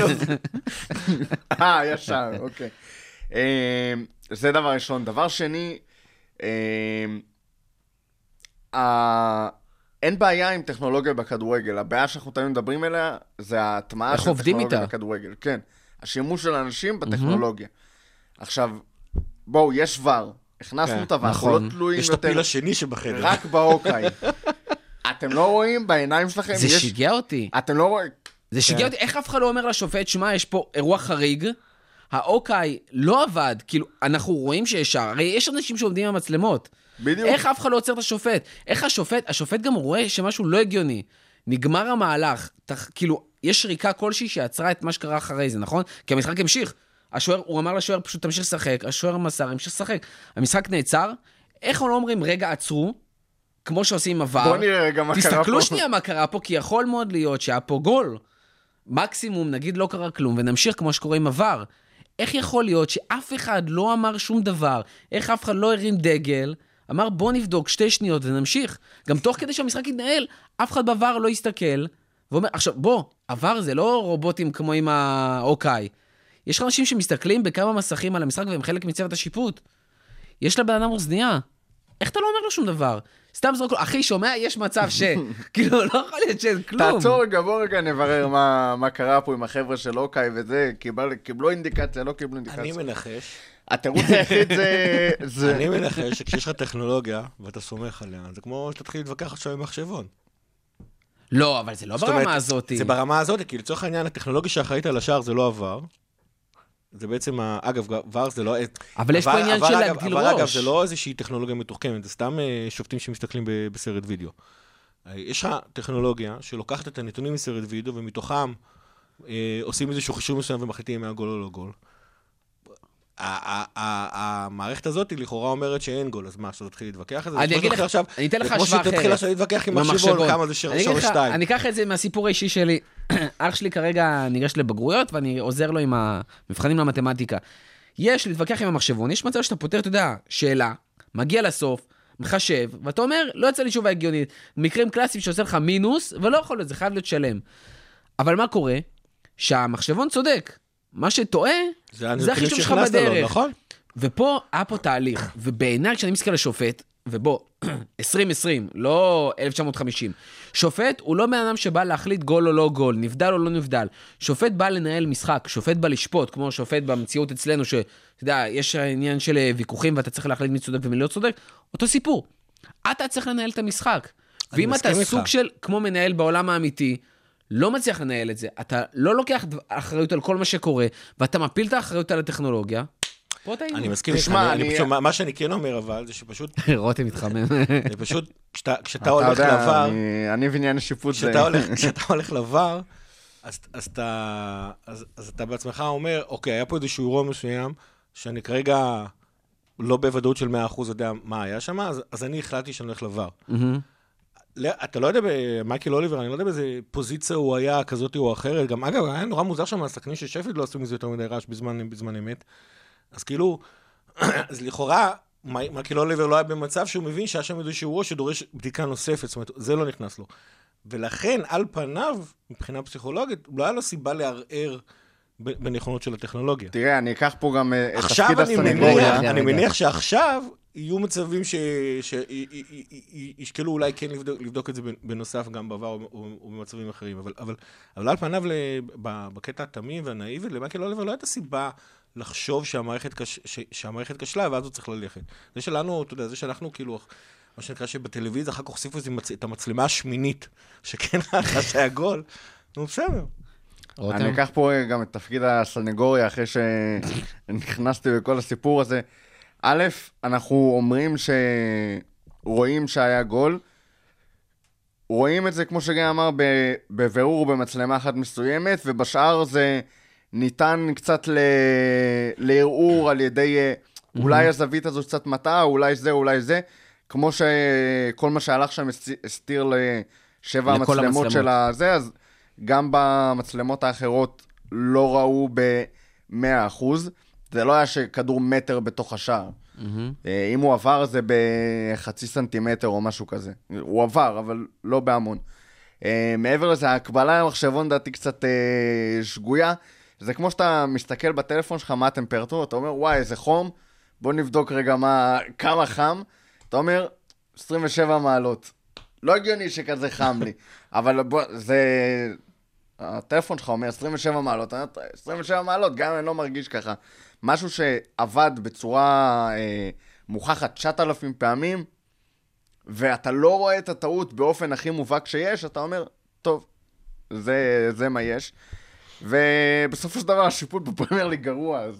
ישר, אוקיי. זה דבר ראשון. דבר שני, אין בעיה עם טכנולוגיה בכדורגל. הבעיה שאנחנו תמיד מדברים עליה, זה ההטמעה של טכנולוגיה בכדורגל. כן, השימוש של אנשים בטכנולוגיה. עכשיו, בואו, יש ור. הכנסנו את הוור, אנחנו לא תלויים יותר. יש את הפיל השני שבחדר. רק באוקיי. אתם לא רואים בעיניים שלכם? זה שיגע אותי. אתם לא רואים? זה שיגע אותי. איך אף אחד לא אומר לשופט, שמה, יש פה אירוע חריג, האוקיי לא עבד, כאילו, אנחנו רואים שיש שער, הרי יש אנשים שעובדים עם המצלמות. בדיוק. איך אף אחד לא עוצר את השופט? איך השופט גם רואה שמשהו לא הגיוני. נגמר המהלך, כאילו, יש שריקה כלשהי שעצרה את מה שקרה אחרי זה, נכון? כי המשחק המשיך. הוא אמר לשוער, פשוט תמשיך לשחק, השוער מסר, המשיך לשחק. המשחק נעצר, איך לא אומרים, רגע, עצרו, כמו שעושים עם עבר. בוא נראה רגע מה קרה פה. תסתכלו שנייה מה קרה פה, כי יכול מאוד להיות שהיה פה גול. מקסימום, נגיד לא קרה כלום, ונמשיך כמו שקורה עם עבר. איך יכול להיות שאף אחד לא אמר שום דבר, איך אף אחד לא הרים דגל, אמר בוא נבדוק 2 שניות ונמשיך. גם תוך כדי שהמשחק יתנהל, אף אחד בעבר לא יסתכל, ואומר, עכשיו בוא, עבר זה לא רובוטים כמו עם האוקיי. יש אנשים שמסתכלים בכמה מסכים על המשחק והם חלק מצוות השיפוט. יש לבן אדם אוזנייה. איך אתה לא אומר לו שום דבר? סתם זרוק לו, אחי, שומע, יש מצב ש... כאילו, לא יכול להיות שאין כלום. תעצור רגע, בוא רגע נברר מה קרה פה עם החבר'ה של אוקיי וזה, קיבלו אינדיקציה, לא קיבלו אינדיקציה. אני מנחש. התירוץ היחיד זה... אני מנחש שכשיש לך טכנולוגיה ואתה סומך עליה, זה כמו שתתחיל להתווכח עכשיו עם מחשבון. לא, אבל זה לא ברמה הזאת. זה ברמה הזאת, כי לצורך העניין, הטכנולוגיה שאחראית על השער זה לא עבר. זה בעצם, אגב, ור זה לא... אבל יש פה עניין של להגדיל ראש. אגב, זה לא איזושהי טכנולוגיה מתוחכמת, זה סתם שופטים שמסתכלים בסרט וידאו. יש לך טכנולוגיה שלוקחת את הנתונים מסרט וידאו, ומתוכם עושים איזשהו חישוב מסוים ומחליטים אם היה גול או לא גול. המערכת הזאת לכאורה אומרת שאין גול, אז מה, שאתה תתחיל להתווכח על זה? אני אתן לך השוואה אחרת. כמו שתתחיל עכשיו להתווכח עם מחשבון, כמה זה שורש 2. אני אקח את זה מהסיפור האישי שלי. אח שלי כרגע ניגש לבגרויות, ואני עוזר לו עם המבחנים למתמטיקה. יש להתווכח עם המחשבון, יש מצב שאתה פותר, אתה יודע, שאלה, מגיע לסוף, מחשב, ואתה אומר, לא יצא לי תשובה הגיונית. מקרים קלאסיים שעושה לך מינוס, ולא יכול להיות, זה חייב להיות שלם. אבל מה קורה? שהמחשבון צודק. מה שטועה, זה החישוב שלך בדרך. נכון? ופה היה פה תהליך, ובעיניי כשאני מסתכל לשופט, ובוא, 2020, לא 1950. שופט הוא לא בן אדם שבא להחליט גול או לא גול, נבדל או לא נבדל. שופט בא לנהל משחק, שופט בא לשפוט, כמו שופט במציאות אצלנו, שאתה יודע, יש העניין של ויכוחים ואתה צריך להחליט מי צודק ומי לא צודק, אותו סיפור. אתה צריך לנהל את המשחק. ואם אתה סוג של, כמו מנהל בעולם האמיתי, לא מצליח לנהל את זה, אתה לא לוקח אחריות על כל מה שקורה, ואתה מפיל את האחריות על הטכנולוגיה, אני מסכים איתך, מה שאני כן אומר אבל, זה שפשוט... רותם מתחמם. זה פשוט, כשאתה הולך לבר... אני ועניין השיפוט זה... כשאתה הולך לבר, אז אתה בעצמך אומר, אוקיי, היה פה איזשהו אירוע מסוים, שאני כרגע לא בוודאות של 100% יודע מה היה שם, אז אני החלטתי שאני הולך לבר. אתה לא יודע, מייקל אוליבר, אני לא יודע באיזה פוזיציה הוא היה, כזאת או אחרת. גם, אגב, היה נורא מוזר שם, הסכנים של שפילד לא עשו מזה יותר מדי רעש בזמן אמת. אז כאילו, אז לכאורה, מייקל אוליבר לא היה במצב שהוא מבין שהיה שם איזשהו אירוע שדורש בדיקה נוספת, זאת אומרת, זה לא נכנס לו. ולכן, על פניו, מבחינה פסיכולוגית, לא היה לו סיבה לערער בנכונות של הטכנולוגיה. תראה, אני אקח פה גם את תפקיד הסנגוריה. אני מניח שעכשיו יהיו מצבים שישקלו אולי כן לבדוק את זה בנוסף גם בעבר או במצבים אחרים. אבל על פניו, בקטע התמים והנאיבי, למייקל אוליבר לא הייתה סיבה לחשוב שהמערכת כשלה, ואז הוא צריך ללכת. זה שלנו, אתה יודע, זה שאנחנו כאילו, מה שנקרא שבטלוויזיה, אחר כך הוסיפו את המצלמה השמינית, שכן ראה שהיה גול, נו בסדר. אני אקח פה גם את תפקיד הסנגוריה, אחרי שנכנסתי בכל הסיפור הזה. א', אנחנו אומרים שרואים שהיה גול, רואים את זה, כמו שגיא אמר, בבירור במצלמה אחת מסוימת, ובשאר זה ניתן קצת לערעור על ידי, אולי הזווית הזו קצת מטעה, אולי זה, אולי זה, כמו שכל מה שהלך שם הסתיר לשבע המצלמות של הזה, אז גם במצלמות האחרות לא ראו ב-100%, זה לא היה שכדור מטר בתוך השער. אם הוא עבר זה בחצי סנטימטר או משהו כזה. הוא עבר, אבל לא בהמון. מעבר לזה, ההקבלה למחשבון דעתי קצת שגויה. זה כמו שאתה מסתכל בטלפון שלך מה הטמפרטורה, אתה אומר, וואי, איזה חום, בוא נבדוק רגע כמה חם. אתה אומר, 27 מעלות. לא הגיוני שכזה חם לי. אבל זה... הטלפון שלך אומר 27 מעלות, 27 מעלות, גם אני לא מרגיש ככה. משהו שעבד בצורה מוכחת 9,000 פעמים, ואתה לא רואה את הטעות באופן הכי מובהק שיש, אתה אומר, טוב, זה מה יש. ובסופו של דבר השיפוט בפרמייר ליג גרוע, אז...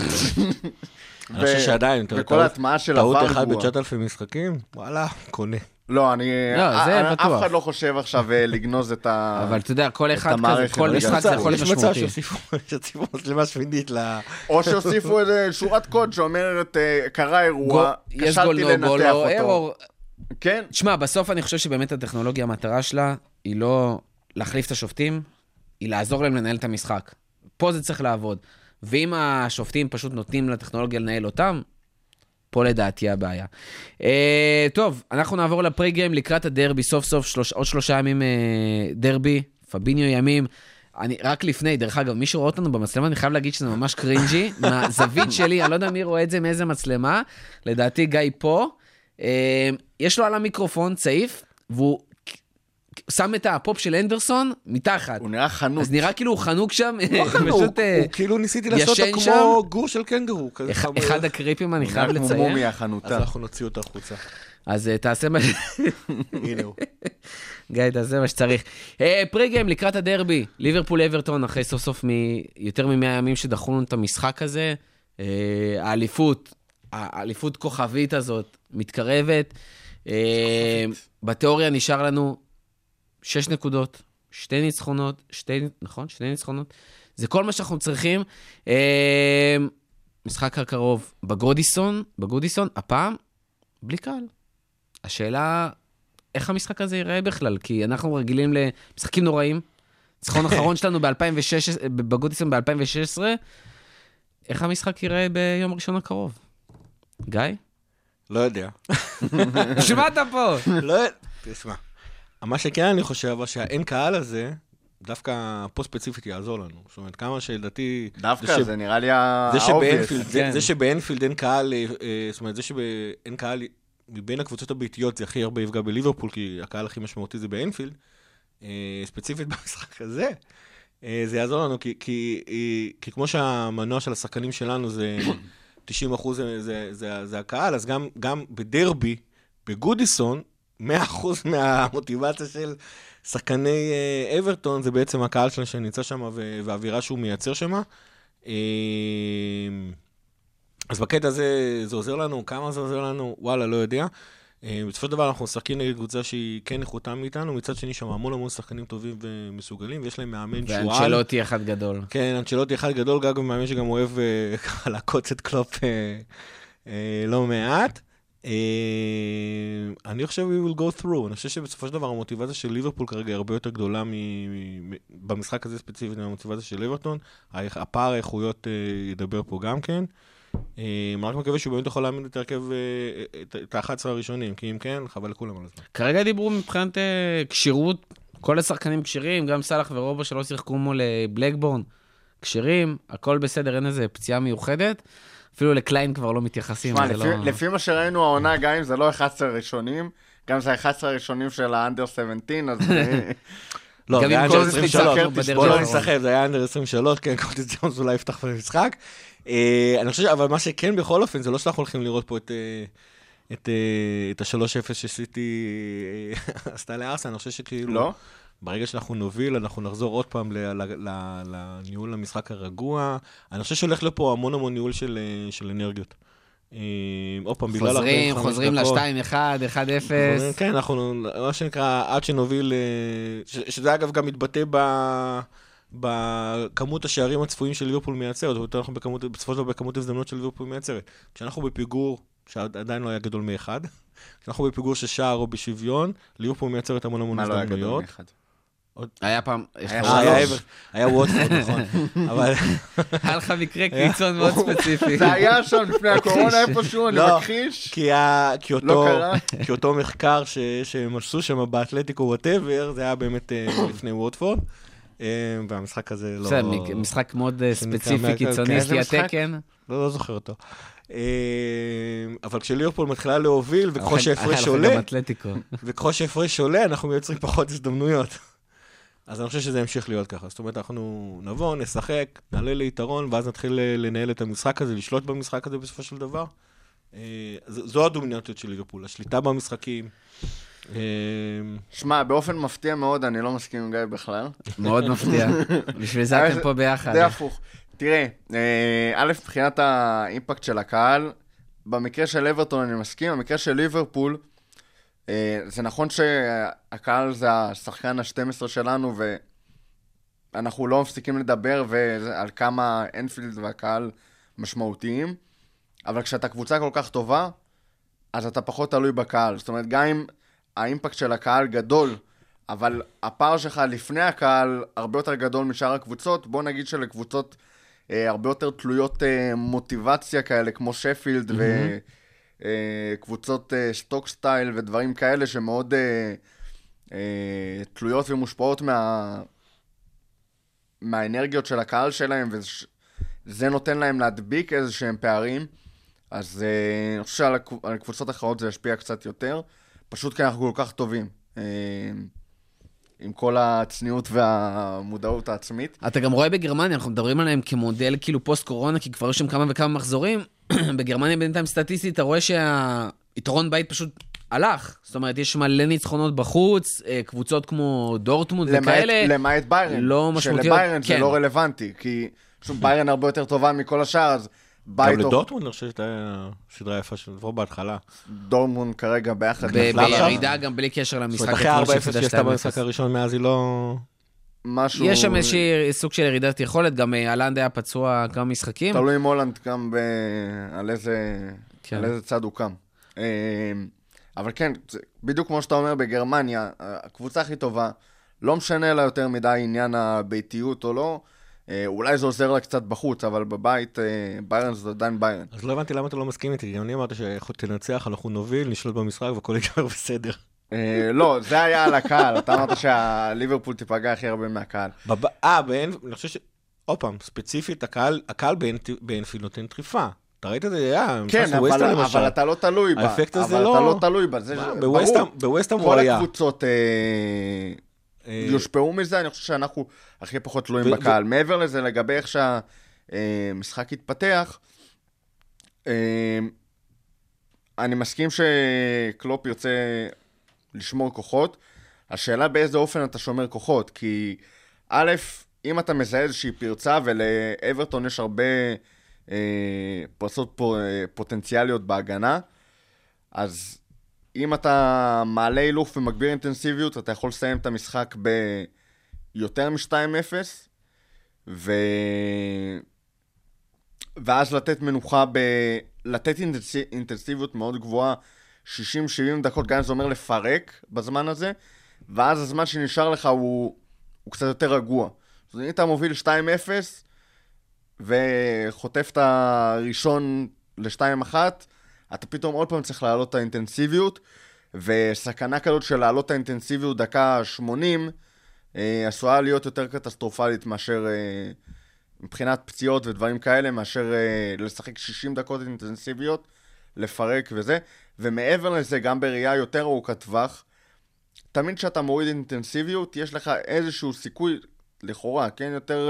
אני חושב שעדיין, וכל ההטמעה של עבר גרוע. טעות אחד ב-9,000 משחקים, וואלה, קונה. לא, אף בטוח. אחד לא חושב עכשיו לגנוז את המערכת. אבל אתה יודע, כל אחד כזה, כל משחק זה יכול להיות משמעותי. יש מצב שהוסיפו מצלמה שמינית או שהוסיפו איזה שורת קוד שאומרת, קרה אירוע, קשלתי לנתח אותו. כן. תשמע, בסוף אני חושב שבאמת הטכנולוגיה, המטרה שלה, היא לא להחליף את השופטים, היא לעזור להם לנהל את המשחק. פה זה צריך לעבוד. ואם השופטים פשוט נותנים לטכנולוגיה לנהל אותם, פה לדעתי הבעיה. טוב, אנחנו נעבור לפרי-גיים לקראת הדרבי, סוף סוף עוד 3 ימים דרבי, פביניו ימים. רק לפני, דרך אגב, מי שרואה אותנו במצלמה, אני חייב להגיד שזה ממש קרינג'י, מהזווית שלי, אני לא יודע מי רואה את זה, מאיזה מצלמה, לדעתי גיא פה, יש לו על המיקרופון צעיף, והוא שם את הפופ של אנדרסון מתחת. הוא נראה חנוק. אז נראה כאילו הוא חנוק שם. הוא כאילו ניסיתי לעשות אותו כמו גור של קנגרו. אחד הקריפים אני חייב לציין. הוא מומיה חנותה. אז אנחנו נוציא אותה החוצה. אז תעשה מה... הנה הוא. גיא, תעשה מה שצריך. פרי-גיים לקראת הדרבי. ליברפול אברטון, אחרי סוף סוף יותר מ100 ימים שדחו את המשחק הזה. האליפות כוכבית הזאת מתקרבת. בתיאוריה נשאר לנו 6 נקודות, 2 ניצחונות, 2 ניצחונות. זה כל מה שאנחנו צריכים. משחק הקרוב בגודיסון, הפעם, בלי קהל. השאלה, איך המשחק הזה ייראה בכלל? כי אנחנו רגילים למשחקים נוראים. ניצחון האחרון שלנו בגודיסון ב-2016. איך המשחק ייראה ביום ראשון הקרוב? גיא? לא יודע. שמעת פה. לא יודע. תשמע. מה שכן אני חושב, שהאין קהל הזה, דווקא פה ספציפית יעזור לנו. זאת אומרת, כמה שלדעתי... דווקא, זה נראה לי האובייס. זה שבאנפילד אין קהל, זאת אומרת, זה שבאין קהל מבין הקבוצות הביתיות זה הכי הרבה יפגע בליברפול, כי הקהל הכי משמעותי זה באנפילד, ספציפית במשחק הזה, זה יעזור לנו, כי כמו שהמנוע של השחקנים שלנו זה 90% זה הקהל, אז גם בדרבי, בגודיסון, 100% מהמוטיבציה של שחקני אברטון, זה בעצם הקהל שלנו שנמצא שם, והאווירה שהוא מייצר שם. אז בקטע הזה, זה עוזר לנו, כמה זה עוזר לנו, וואלה, לא יודע. בסופו של דבר אנחנו משחקים נגד קבוצה שהיא כן איכותה מאיתנו, מצד שני שם המון שחקנים טובים ומסוגלים, ויש להם מאמן שועל. ואנצ'לוטי אחד גדול. כן, אנצ'לוטי אחד גדול, גם מאמן שגם אוהב לעקוץ את קלופ לא מעט. אני חושב we will go through. אני חושב שבסופו של דבר המוטיבציה של ליברפול כרגע היא הרבה יותר גדולה במשחק הזה ספציפית מהמוטיבציה של ליברטון. הפער האיכויות ידבר פה גם כן. אני רק מקווה שהוא באמת יכול להעמיד את הרכב, את ה-11 הראשונים, כי אם כן, חבל לכולם על הזמן. כרגע דיברו מבחינת קשירות, כל השחקנים קשירים, גם סלח ורובו שלא שיחקו מול בלקבורן, קשירים, הכל בסדר, אין איזה פציעה מיוחדת, אפילו לקליין כבר לא מתייחסים. לפי מה שראינו העונה, גם אם זה לא 11 ראשונים, גם זה 11 הראשונים של האנדר 17, אז... לא, זה היה אנדר 23, בוא לא נסחב, זה היה אנדר 23, כן, קורטיס ג'ונס אולי יפתח במשחק. אני חושב, אבל מה שכן בכל אופן, זה לא שאנחנו הולכים לראות פה את ה-3-0 שסיטי עשתה לארסנל, אני חושב שכאילו... לא? ברגע שאנחנו נוביל, אנחנו נחזור עוד פעם לניהול המשחק הרגוע. אני חושב שהולך לפה המון ניהול של אנרגיות. עוד פעם, בגלל 45 דקות. חוזרים ל-2-1, 1-0. כן, אנחנו, מה שנקרא, עד שנוביל, שזה אגב גם מתבטא בכמות השערים הצפויים של ליברפול מייצרת, אנחנו בסופו של דבר בכמות הזדמנות של ליברפול מייצרת. כשאנחנו בפיגור, שעדיין לא היה גדול מאחד, כשאנחנו בפיגור של שער או בשוויון, ליברפול מייצרת המון הזדמנויות. מה לא היה גדול מאחד? היה פעם... היה ווטפורד, נכון. אבל... היה לך מקרה קיצון מאוד ספציפי. זה היה שם לפני הקורונה איפשהו, אני מכחיש. כי אותו מחקר שהם עשו שם באתלטיקו וואטאבר, זה היה באמת לפני ווטפורד. והמשחק הזה לא... זה משחק מאוד ספציפי, קיצוני, סטייה תקן. לא זוכר אותו. אבל כשליברפול מתחילה להוביל, וככל שהפרש עולה, אנחנו מייצרים פחות הזדמנויות. אז אני חושב שזה ימשיך להיות ככה. זאת אומרת, אנחנו נבוא, נשחק, נעלה ליתרון, ואז נתחיל לנהל את המשחק הזה, לשלוט במשחק הזה בסופו של דבר. זו הדומיננטיות של ליברפול, השליטה במשחקים. שמע, באופן מפתיע מאוד, אני לא מסכים עם גיא בכלל. מאוד מפתיע. בשביל זה אתם פה ביחד. זה הפוך. תראה, א', מבחינת האימפקט של הקהל, במקרה של אברטון אני מסכים, במקרה של ליברפול, זה נכון שהקהל זה השחקן ה-12 שלנו, ואנחנו לא מפסיקים לדבר על כמה אנפילד והקהל משמעותיים, אבל כשאתה קבוצה כל כך טובה, אז אתה פחות תלוי בקהל. זאת אומרת, גם אם האימפקט של הקהל גדול, אבל הפער שלך לפני הקהל הרבה יותר גדול משאר הקבוצות, בוא נגיד שלקבוצות הרבה יותר תלויות מוטיבציה כאלה, כמו שפילד וקבוצות סטוק סטייל ודברים כאלה שמאוד תלויות ומושפעות מהאנרגיות של הקהל שלהם, וזה נותן להם להדביק איזשהם פערים. אז אני חושב שעל הקבוצות אחרות זה ישפיע קצת יותר, פשוט כי אנחנו כל כך טובים, עם כל הצניעות והמודעות העצמית. אתה גם רואה בגרמניה, אנחנו מדברים עליהם כמודל כאילו פוסט קורונה, כי כבר יש שם כמה וכמה מחזורים, בגרמניה בינתיים סטטיסטית, אתה רואה שהיתרון בית פשוט הלך, זאת אומרת, יש מלא ניצחונות בחוץ, קבוצות כמו דורטמונד וכאלה. למעט ביירן, לא משמעותיות. שלביירן זה לא רלוונטי, כי ביירן הרבה יותר טובה מכל השאר, אז גם לדורטמונד אני חושב שהייתה סדרה יפה של דבר בהתחלה. דורטמונד כרגע ביחד. בירידה גם בלי קשר למשחק. אחרי 4-0 שעשתה במשחק הראשון מאז היא לא... יש שם איזושהי סוג של ירידת יכולת, גם הלנד היה פצוע כמה משחקים. תלוי עם הולנד גם על איזה צד הוא קם. אבל כן, בדיוק כמו שאתה אומר בגרמניה, הקבוצה הכי טובה, לא משנה לה יותר מדי עניין הביתיות או לא, אולי זה עוזר לה קצת בחוץ, אבל בבית, ביירן זה עדיין ביירן. אז לא הבנתי למה אתה לא מסכים איתי, גם אני אמרת שתנצח, אנחנו נוביל, נשלוט במשחק והכל ייגמר בסדר. לא, זה היה על הקהל, אתה אמרת שהליברפול תיפגע הכי הרבה מהקהל. אני חושב עוד פעם, ספציפית, הקהל באנפילד נותן דחיפה. אתה ראית את זה, כן, אבל אתה לא תלוי בה. האפקט הזה לא... אבל אתה לא תלוי בה, זה ברור. בווסטהאם הוא היה. כל הקבוצות יושפעו מזה, אני חושב שאנחנו הכי פחות תלויים בקהל. מעבר לזה, לגבי איך שהמשחק יתפתח, אני מסכים שקלופ ירצה לשמור כוחות. השאלה באיזה אופן אתה שומר כוחות, כי א', אם אתה מזהה איזושהי פרצה, ולאברטון יש הרבה פרצות פוטנציאליות בהגנה, אז אם אתה מעלה הילוך ומגביר אינטנסיביות, אתה יכול לסיים את המשחק ביותר מ-2-0, ואז לתת מנוחה, לתת אינטנסיביות מאוד גבוהה, 60-70 דקות, גם זה אומר לפרק בזמן הזה, ואז הזמן שנשאר לך הוא קצת יותר רגוע. אז אם אתה מוביל 2-0, וחוטף את הראשון ל-2-1, אתה פתאום עוד פעם צריך להעלות את האינטנסיביות, וסכנה כזאת של להעלות את האינטנסיביות דקה 80, עשויה להיות יותר קטסטרופלית מאשר, מבחינת פציעות ודברים כאלה, מאשר לשחק 60 דקות אינטנסיביות, לפרק וזה. ומעבר לזה, גם בראייה יותר ארוכת טווח, תמיד כשאתה מוריד אינטנסיביות, יש לך איזשהו סיכוי, לכאורה, כן, יותר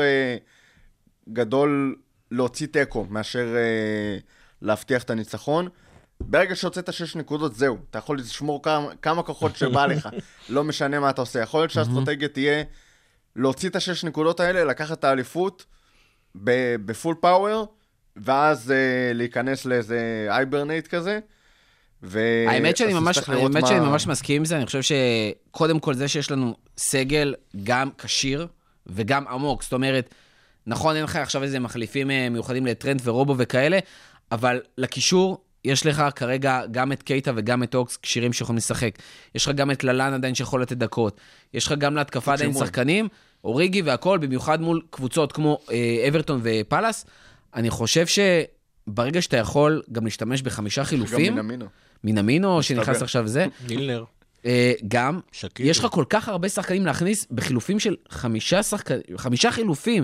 גדול להוציא טקו, מאשר להבטיח את הניצחון. ברגע שהוצאת 6 נקודות, זהו. אתה יכול לשמור כמה כוחות שבא לך. לא משנה מה אתה עושה. יכול להיות שהאסטרטגיה תהיה להוציא את 6 נקודות האלה, לקחת את האליפות בפול פאוור, ואז להיכנס לאיזה הייברנייט כזה. האמת שאני ממש מסכים עם זה. אני חושב שקודם כל זה שיש לנו סגל גם קשיר וגם עמוק. זאת אומרת, נכון, אין לך עכשיו איזה מחליפים מיוחדים לטרנט ורובו וכאלה, אבל לקישור יש לך כרגע גם את קייטה וגם את אוקס קשירים שיכולים לשחק. יש לך גם את ללן עדיין שיכול לתת דקות. יש לך גם להתקפה עדיין שחקנים, אוריגי והכל, במיוחד מול קבוצות כמו אברטון ופלאס. אני חושב שברגע שאתה יכול גם להשתמש ב5 חילופים, מינמינו שנכנס עכשיו זה, מילנר. גם, יש לך כל כך הרבה שחקנים להכניס בחילופים של 5 חילופים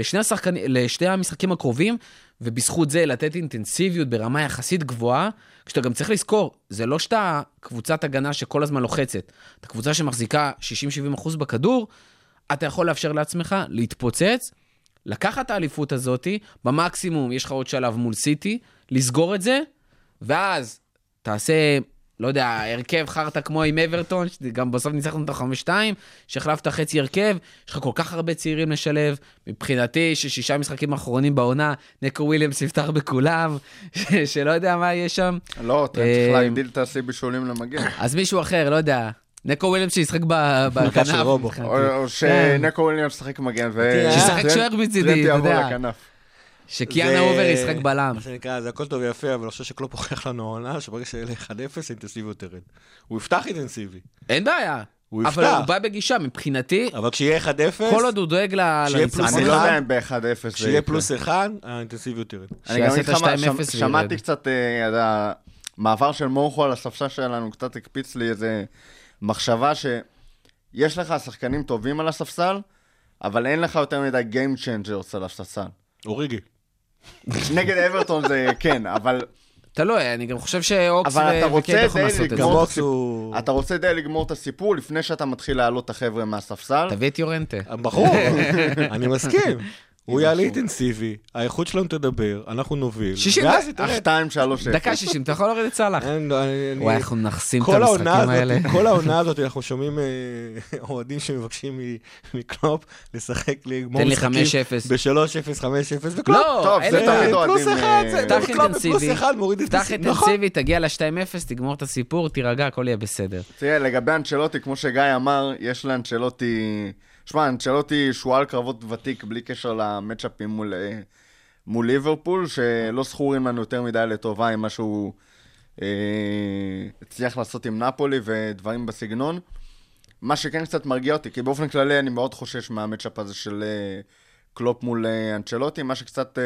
לשני המשחקים הקרובים, ובזכות זה לתת אינטנסיביות ברמה יחסית גבוהה, כשאתה גם צריך לזכור, זה לא שאתה קבוצת הגנה שכל הזמן לוחצת, אתה קבוצה שמחזיקה 60-70% בכדור, אתה יכול לאפשר לעצמך להתפוצץ, לקחת את האליפות הזאת, במקסימום יש לך עוד שלב מול סיטי, לסגור את זה, ואז תעשה, לא יודע, הרכב חרטה כמו עם אברטון, גם בסוף ניצחנו את 5-2, שהחלפת חצי הרכב, יש לך כל כך הרבה צעירים לשלב, מבחינתי ש6 משחקים האחרונים בעונה, נקו וויליאמס יפתח בכולם, שלא יודע מה יש שם. לא, אתה צריך להגדיל את השיא בישולים למגן. אז מישהו אחר, לא יודע, נקו וויליאמס שישחק בכנף. או שנקו וויליאמס ישחק מגן, שישחק שוער מצידי, אתה יודע. לכנף. שקיאנה אובר ישחק בלם. מה שנקרא, זה הכל טוב ויפה, אבל אני חושב שקלופ הוכיח לנו העונה, שברגע שיהיה ל-1-0, אינטנסיביות תרד. הוא יפתח אינטנסיבי. אין בעיה. הוא יפתח. אבל הוא בא בגישה, מבחינתי, אבל כשיהיה 1-0, כל עוד הוא דואג לניצחון. אני לא יודע אם ב-1-0. כשיהיה +1, האינטנסיביות תרד. אני גם איתך, שמעתי קצת, המעבר של מורכו על הספסל שלנו, קצת הקפיץ לי איזה מחשבה שיש לך שחקנים טובים על הספסל, אבל אין לך יותר מדי Game Changers על הספסל. אוריגי. נגד אברטון זה כן, אבל... אתה לא, אני גם חושב שאוקס וקייט יכולים לעשות את זה. אתה רוצה די לגמור את הסיפור לפני שאתה מתחיל להעלות את החבר'ה מהספסל. תביא את יורנטה. ברור, אני מסכים. הוא יעלה אינטנסיבי, האיכות שלנו תדבר, אנחנו נוביל. 2-3-0. דקה 60, אתה יכול להוריד את סלח. וואי, אנחנו נחסים את המשחקים האלה. כל העונה הזאת אנחנו שומעים אוהדים שמבקשים מקלופ לשחק לגמור משחקים ב-3-0, 5-0 וקלופ. טוב, זה תמיד אוהדים. פתח אינטנסיבי, פתח אינטנסיבי, תגיע ל-2-0, תגמור את הסיפור, תירגע, הכל יהיה בסדר. תראה, לגבי אנצ'לוטי, כמו שגיא אמר, יש לאנצ'לוטי... שמע, אנצ'לוטי שועל קרבות ותיק בלי קשר למצ'אפים מול ליברפול, שלא זכורים לנו יותר מדי לטובה עם מה שהוא הצליח לעשות עם נפולי ודברים בסגנון. מה שכן קצת מרגיע אותי, כי באופן כללי אני מאוד חושש מהמצ'אפ הזה של קלופ מול אנצ'לוטי. מה שקצת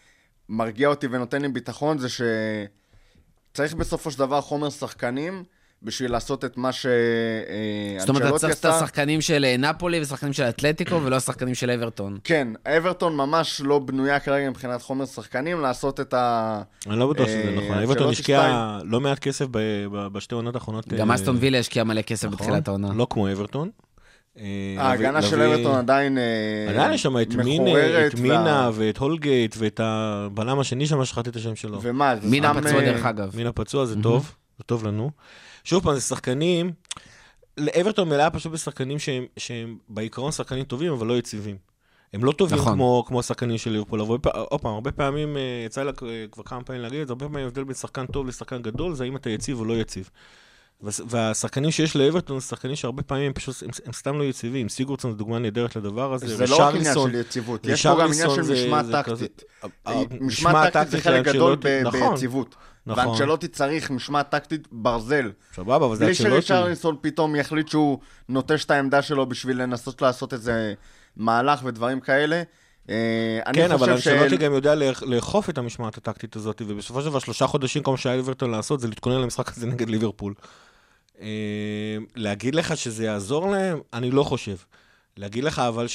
מרגיע אותי ונותן לי ביטחון זה שצריך בסופו של דבר חומר שחקנים בשביל לעשות את מה זאת אומרת, אתה צריך את עשה. השחקנים של נפולי ושחקנים של אתלטיקו, ולא השחקנים של אברטון. כן, אברטון ממש לא בנויה כרגע מבחינת חומר שחקנים, לעשות את ה... אני לא בטוח שזה נכון. אברטון השקיע לא מעט כסף בשתי עונות האחרונות. גם אסטון וילה השקיע מלא כסף בתחילת העונה. לא כמו אברטון. ההגנה של אברטון עדיין יש שם את מינה ואת הולגייט ואת הבלם השני שם שחררתי את השם שלו. ומה? מינה פצוע דרך אגב. מינה פצוע, זה טוב, זה טוב לנו. שוב פעם, זה שחקנים, אברטון מלאה פשוט בשחקנים שהם בעיקרון שחקנים טובים, אבל לא יציבים. הם לא טובים כמו השחקנים של ליברפול. עוד פעם, הרבה פעמים, יצא לה כבר כמה פעמים להגיד את זה, הרבה פעמים הבדל בין שחקן טוב לשחקן גדול, זה האם אתה יציב או לא יציב. והשחקנים שיש לאברטון, זה שחקנים שהרבה פעמים הם סתם לא יציבים. סיגורדסון זה דוגמה נהדרת לדבר הזה. זה לא רק עניין של יציבות, יש פה גם עניין של משמעת טקטית. משמעת טקטית זה חלק גדול ביציבות. ואנצ'לוטי צריך משמעת טקטית ברזל. סבבה, אבל זה אנצ'לוטי. בלי שריצ'רליסון פתאום יחליט שהוא נוטש את העמדה שלו בשביל לנסות לעשות איזה מהלך ודברים כאלה. כן, אבל אנצ'לוטי גם יודע לאכוף את המשמעת הטקטית הזאת, ובסופו של דבר 3 חודשים כמו שהיה אברטון לעשות, זה להתכונן למשחק הזה נגד ליברפול. להגיד לך שזה יעזור להם, אני לא חושב. להגיד לך אבל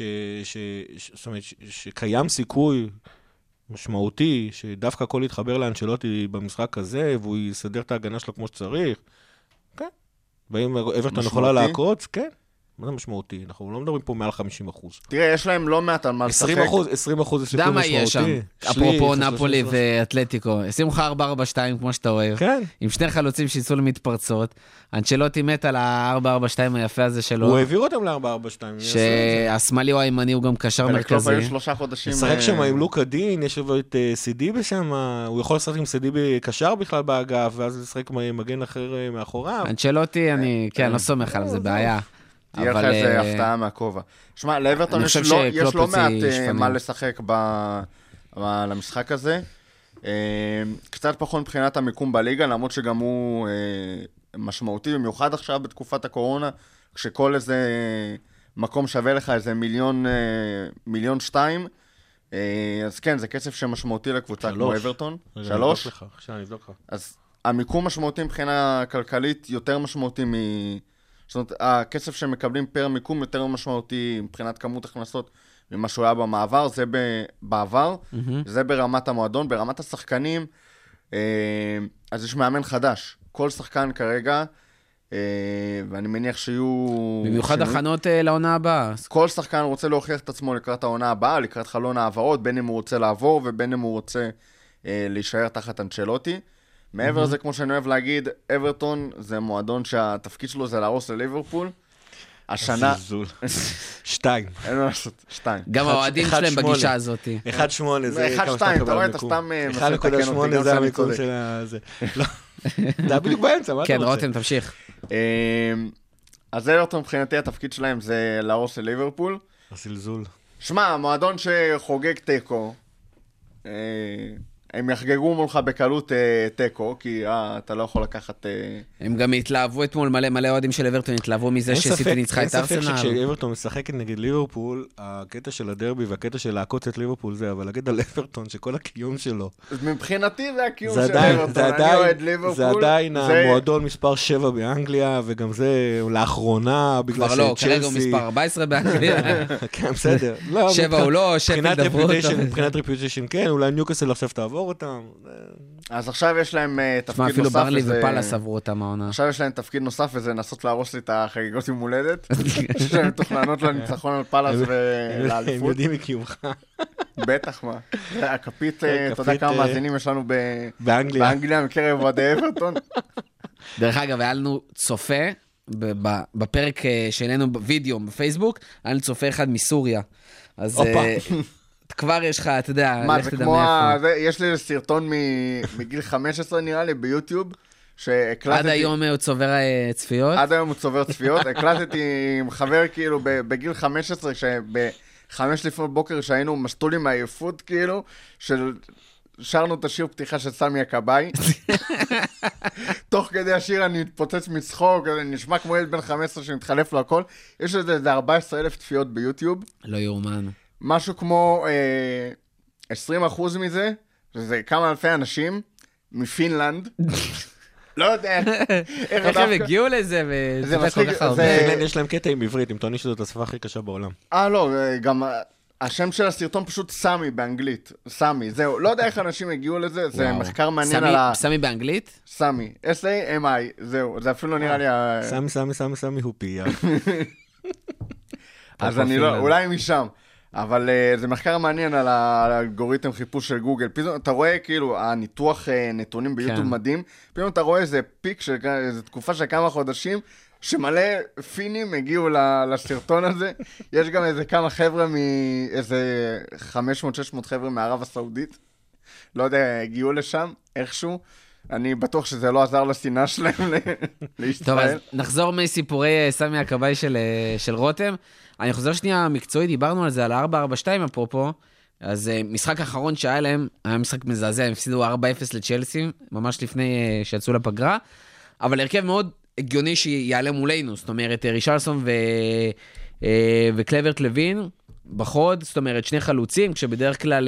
זאת אומרת, שקיים סיכוי משמעותי, שדווקא הכל יתחבר לאנצ'לוטי במשחק הזה, והוא יסדר את ההגנה שלו כמו שצריך, כן. ואם אברטון יכולה לעקוץ, כן. מה זה משמעותי? אנחנו לא מדברים פה מעל 50%. תראה, יש להם לא מעט על מה לשחק. 20% זה סיכוי משמעותי. יודע מה יהיה שם? אפרופו נפולי ואתלטיקו. שימו לך 4-4-2 כמו שאתה אוהב. כן. עם שני חלוצים שיצאו למתפרצות. אנצ'לוטי מת על ה-4-4-2 היפה הזה שלו. הוא העביר אותם ל-4-4-2. שהשמאלי או הימני הוא גם קשר מרכזי. היו 3 חודשים. לשחק שם עם לוקה דין, יש לו את סידי בשם, הוא יכול לשחק עם סידי בקשר בכלל באגף, ואז לשחק מגן אחר מאחוריו. אנצ'לוטי, אני לא סומך עליו, זה בעיה. תהיה לך איזה הפתעה מהכובע. שמע, לאברטון יש לא מעט מה לשחק למשחק הזה. קצת פחות מבחינת המיקום בליגה, למרות שגם הוא משמעותי, במיוחד עכשיו בתקופת הקורונה, כשכל איזה מקום שווה לך איזה 1.2 מיליון, אז כן, זה כסף שמשמעותי לקבוצה כמו אברטון. 3? אז המיקום משמעותי מבחינה כלכלית יותר משמעותי זאת אומרת, הכסף שמקבלים פר מיקום יותר משמעותי מבחינת כמות הכנסות ממה שהוא היה במעבר, זה בעבר, זה ברמת המועדון, ברמת השחקנים, אז יש מאמן חדש. כל שחקן כרגע, ואני מניח שיהיו... במיוחד הכנות לעונה הבאה. כל שחקן רוצה להוכיח את עצמו לקראת העונה הבאה, לקראת חלון העברות, בין אם הוא רוצה לעבור ובין אם הוא רוצה להישאר תחת אנצ'לוטי. מעבר לזה, כמו שאני אוהב להגיד, אברטון זה מועדון שהתפקיד שלו זה להרוס לליברפול. השנה... 2. אין מה לעשות, 2. גם האוהדים שלהם בגישה הזאת. 1.8 זה... 1.2, אתה רואה, אתה סתם... 1.8 זה המיקום של זה. זה היה בדיוק באמצע, מה אתה כן, רוצה? רותם, תמשיך. אז אברטון מבחינתי התפקיד שלהם זה להרוס לליברפול. הסלזול. שמע, המועדון שחוגג טקו, הם יחגגו מולך בקלות טקו, כי אתה לא יכול לקחת... הם גם התלהבו אתמול, מלא אוהדים של אברטון התלהבו מזה שסיטי ניצחה את ארסנל. אין ספק שכשאברטון משחקת נגד ליברפול, הקטע של הדרבי והקטע של לעקוץ את ליברפול זה, אבל להגיד על אברטון שכל הקיום שלו... מבחינתי זה הקיום של אברטון, אני אוהד ליברפול. זה עדיין המועדון מספר 7 באנגליה, וגם זה לאחרונה, בגלל כבר לא, כרגע הוא מספר 14 באנגליה. כן, בסדר. 7 הוא לא, שפילד עברו אותו. מבחינת רפיוטיישן, כן, אולי ניוקאסל עכשיו תעבור אותם. אז עכשיו יש להם תפקיד נוסף. אפילו ברלי ופלאס עברו אותם העונה. עכשיו יש להם תפקיד נוסף, וזה לנסות להרוס לי את החגיגות עם הולדת. שהן מתוכננות לניצחון על פלאס ולאליפות. הם יודעים מקיומך. בטח, מה. הכפית, אתה יודע כמה מאזינים יש לנו באנגליה מקרב אוהדי אברטון. דרך אגב, היה לנו צופה, בפרק שלנו בווידאו בפייסבוק, היה לנו צופה אחד מסוריה. אז... כבר יש לך, אתה יודע, לך תדע מאיפה. יש לי סרטון מגיל 15 נראה לי ביוטיוב, שהקלטתי... עד היום הוא צובר צפיות? עד היום הוא צובר צפיות. הקלטתי עם חבר כאילו בגיל 15, שב-5 לפנות בוקר שהיינו משתולים מעייפות כאילו, שרנו את השיר פתיחה של סמי הכבאי. תוך כדי השיר אני מתפוצץ מצחוק, נשמע כמו ילד בן 15 שמתחלף לו הכל. יש איזה 14,000 צפיות ביוטיוב. לא יאומן. משהו כמו 20% מזה, שזה כמה אלפי אנשים מפינלנד, לא יודע. איך הם הגיעו לזה, זה וזה מצחיק, כל כך הרבה. זה- יש להם קטע עם עברית, הם טוענים שזאת השפה הכי קשה בעולם. לא, גם השם של הסרטון פשוט סמי באנגלית. סמי, זהו. לא יודע איך אנשים הגיעו לזה, זה וואו. מחקר מעניין על ה... סמי באנגלית? סמי, S-A-M-I, זהו. זה אפילו נראה לי... סמי הוא פייה. אז אני לא, אולי משם. אבל זה מחקר מעניין על האלגוריתם חיפוש של גוגל. פתאום אתה רואה כאילו הניתוח נתונים ביוטיוב כן. מדהים, פתאום אתה רואה איזה פיק של איזו תקופה של כמה חודשים, שמלא פינים הגיעו לסרטון הזה. יש גם איזה כמה חבר'ה איזה 500-600 חבר'ה מערב הסעודית. לא יודע, הגיעו לשם איכשהו. אני בטוח שזה לא עזר לשנאה שלהם לישראל. טוב, אז נחזור מסיפורי סמי הכבאי של רותם. אני חוזר שנייה מקצועי, דיברנו על זה, על 4-4-2 אפרופו. אז משחק האחרון שהיה להם, היה משחק מזעזע, הם הפסידו 4-0 לצ'לסי, ממש לפני שיצאו לפגרה. אבל הרכב מאוד הגיוני שיעלה מולנו, זאת אומרת, רישלסון וקלברט לוין בחוד, זאת אומרת, שני חלוצים, כשבדרך כלל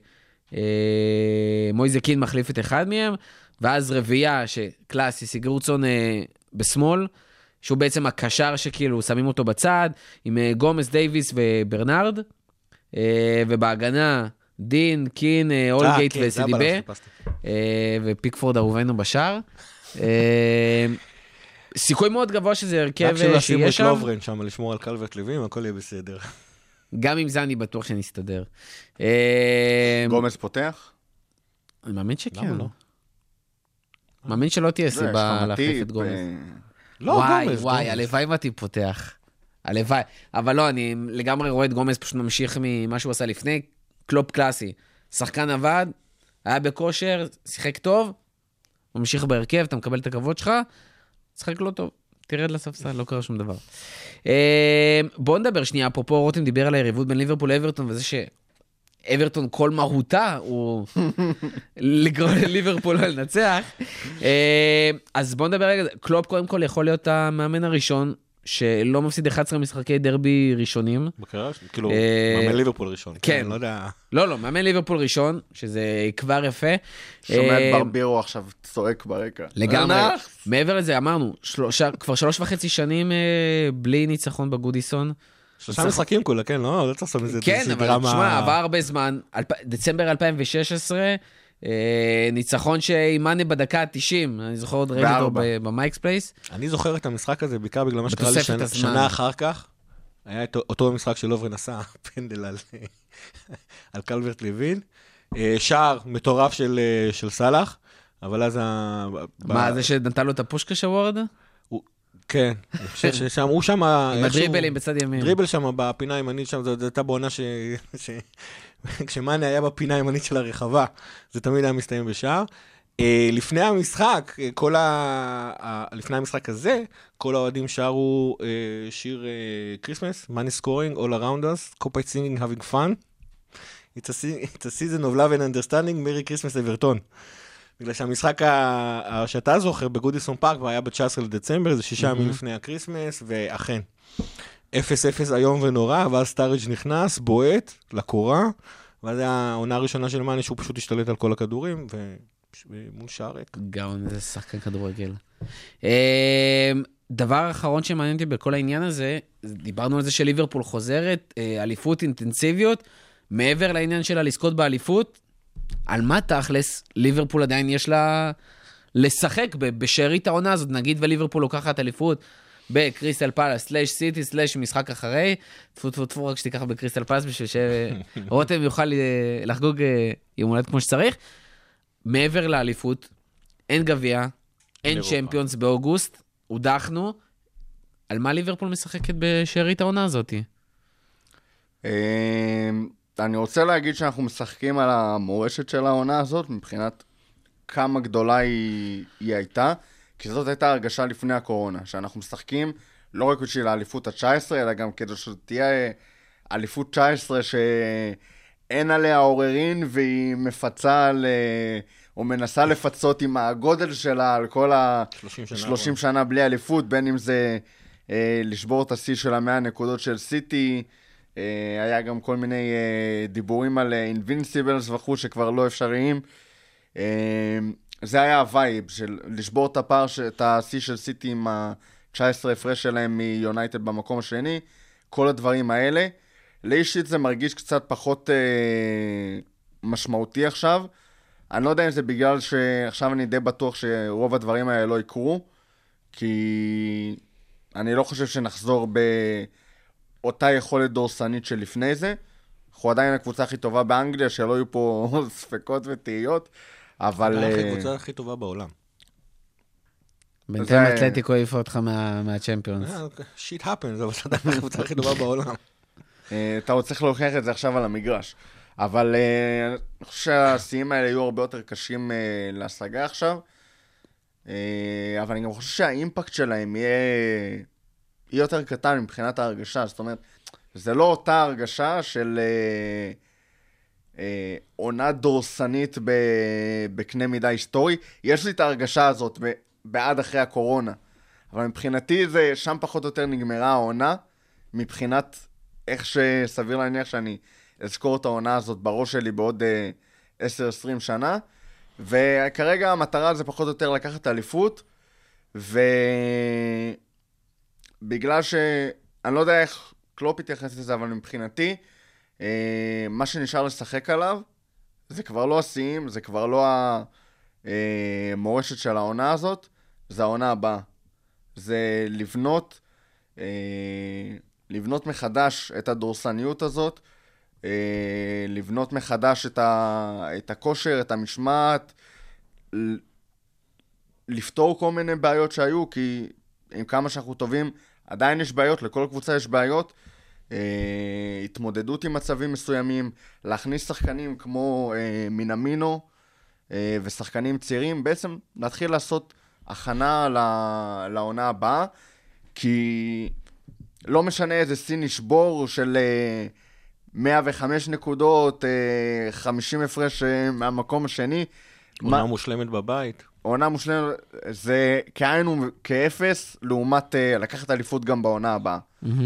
מויזה קין מחליף את אחד מהם, ואז רביעייה שקלאסי, סיגרוצון בשמאל, שהוא בעצם הקשר שכאילו שמים אותו בצד, עם גומס, דייביס וברנרד, ובהגנה דין, קין, אולגייט וסידיבה, ופיקפורד אהובנו בשער. סיכוי מאוד גבוה שזה הרכב רק שלא שימו שיהיה את שם. לוברן שם, לשמור על קלברט לוין, הכל יהיה בסדר. גם עם זה אני בטוח שנסתדר. גומס פותח? אני מאמין שכן. למה לא? מאמין שלא תהיה סיבה להחליף את גומס. לא, וואי, גומס, וואי, גומס. הלוואי מתי פותח. הלוואי. אבל לא, אני לגמרי רואה את גומס פשוט ממשיך ממה שהוא עשה לפני. קלופ קלאסי. שחקן עבד, היה בכושר, שיחק טוב, ממשיך בהרכב, אתה מקבל את הכבוד שלך, שחק לא טוב. תרד לספסל, לא קרה שום דבר. בואו נדבר שנייה, אפרופו רותם דיבר על היריבות בין ליברפול לאברטון, וזה שאברטון כל מהותה הוא לגרום לליברפול לנצח. אז בואו נדבר רגע, קלופ קודם כל יכול להיות המאמן הראשון, שלא מפסיד 11 משחקי דרבי ראשונים. בקריירה שלי, כאילו, מאמן ליברפול ראשון. כן. אני לא יודע. לא, מאמן ליברפול ראשון, שזה כבר יפה. שומע את ברבירו עכשיו צועק ברקע. לגמרי. מעבר לזה, אמרנו, כבר 3.5 שנים בלי ניצחון בגודיסון. 3 משחקים כולה, כן, לא צריך לעשות מזה כן, איזושהי אבל דרמה. תשמע, עבר הרבה זמן, דצמבר 2016, ניצחון שאימנה בדקה ה-90, אני זוכר עוד ראיתי אותו במייקס פלייס. אני זוכר את המשחק הזה, בעיקר בגלל מה שקרה לי בתוספת הזמן. שנה אחר כך. היה אותו משחק של לוברן עשה, פנדל על קלברט לוין. שער מטורף של סלאח, אבל אז מה, זה שנתן לו את הפושקש הוורד? כן, אני חושב ששם, הוא שם... עם הדריבלים בצד ימין. דריבל שם בפינה הימנית שם, זו הייתה בעונה כשמאנה היה בפינה הימנית של הרחבה, זה תמיד היה מסתיים בשער. לפני המשחק, לפני המשחק הזה, כל האוהדים שרו שיר קריסמס, Money Scoring, All Around Us, Copite Singing, Having Fun. It's a season of love and understanding, Merry Christmas אברטון. בגלל שהמשחק שאתה זוכר בגודיסון פארק, והיה ב-19 לדצמבר, זה 6 ימים לפני הקריסמס, ואכן, 0-0 היום ונורא, ואז סטארג' נכנס, בועט, לקורה, ואז העונה הראשונה של מאנה, שהוא פשוט השתלט על כל הכדורים, ומול שער ריק. גאון, זה שחקן כדורגל. דבר אחרון שמעניין אותי בכל העניין הזה, דיברנו על זה שליברפול חוזרת, אליפות אינטנסיביות, מעבר לעניין שלה לזכות באליפות, על מה תכלס ליברפול עדיין יש לה לשחק בשארית העונה הזאת, נגיד וליברפול לוקחת אליפות בקריסטל פלאס, /סיטי, משחק אחרי, תפו, רק שתיקח בקריסטל פלאס בשביל שרותם יוכל לחגוג יום הולדת כמו שצריך. מעבר לאליפות, אין גביע, אין צ'מפיונס באוגוסט, הודחנו. על מה ליברפול משחקת בשארית העונה הזאת? אני רוצה להגיד שאנחנו משחקים על המורשת של העונה הזאת, מבחינת כמה גדולה היא הייתה, כי זאת הייתה הרגשה לפני הקורונה, שאנחנו משחקים לא רק בשביל האליפות ה-19, אלא גם כדי שתהיה אליפות 19 שאין עליה עוררין, והיא מפצה או מנסה לפצות עם הגודל שלה על כל ה-30 שנה בלי אליפות, בין אם זה לשבור את השיא של 100 נקודות של סיטי, היה גם כל מיני דיבורים על אינבינסיבלס וכו' שכבר לא אפשריים. זה היה הווייב של לשבור את הפער, את השיא של סיטי עם ה-19 הפרש שלהם מיונייטד במקום השני, כל הדברים האלה. לאישית זה מרגיש קצת פחות משמעותי עכשיו. אני לא יודע אם זה בגלל שעכשיו אני די בטוח שרוב הדברים האלה לא יקרו, כי אני לא חושב שנחזור באותה יכולת דורסנית שלפני זה. אנחנו עדיין הקבוצה הכי טובה באנגליה, שלא יהיו פה ספקות ותהיות, אבל... הקבוצה הכי טובה בעולם. בינתיים אתלטיקו העיפה אותך מהצ'מפיונס. שיט הפנס, אבל אתה עדיין הקבוצה הכי טובה בעולם. אתה עוד צריך להוכיח את זה עכשיו על המגרש. אבל אני חושב שהשיאים האלה יהיו הרבה יותר קשים להשגה עכשיו. אבל אני גם חושב שהאימפקט שלהם יהיה יותר קטן מבחינת ההרגשה. זאת אומרת, זה לא אותה הרגשה של עונה דורסנית בקנה מידה היסטורי. יש לי את ההרגשה הזאת בעד אחרי הקורונה. אבל מבחינתי זה שם פחות או יותר נגמרה העונה, מבחינת איך שסביר להניח שאני אזכור את העונה הזאת בראש שלי בעוד 10-20 שנה. וכרגע המטרה זה פחות או יותר לקחת את האליפות, ובגלל שאני לא יודע איך קלופ יתייחס לזה, אבל מבחינתי, מה שנשאר לשחק עליו, זה כבר לא השיאים, זה כבר לא המורשת של העונה הזאת, זה העונה הבאה. זה לבנות מחדש את הדורסניות הזאת, לבנות מחדש את הכושר, את המשמעת, לפתור כל מיני בעיות שהיו, כי עם כמה שאנחנו טובים, עדיין יש בעיות, לכל קבוצה יש בעיות, התמודדות עם מצבים מסוימים, להכניס שחקנים כמו מינמינו ושחקנים צעירים, בעצם להתחיל לעשות הכנה לעונה הבאה, כי לא משנה איזה סין נשבור של 105 נקודות, 50 הפרש מהמקום השני. עונה מושלמת בבית. עונה מושלמת, זה כאפס, לעומת לקחת אליפות גם בעונה הבאה.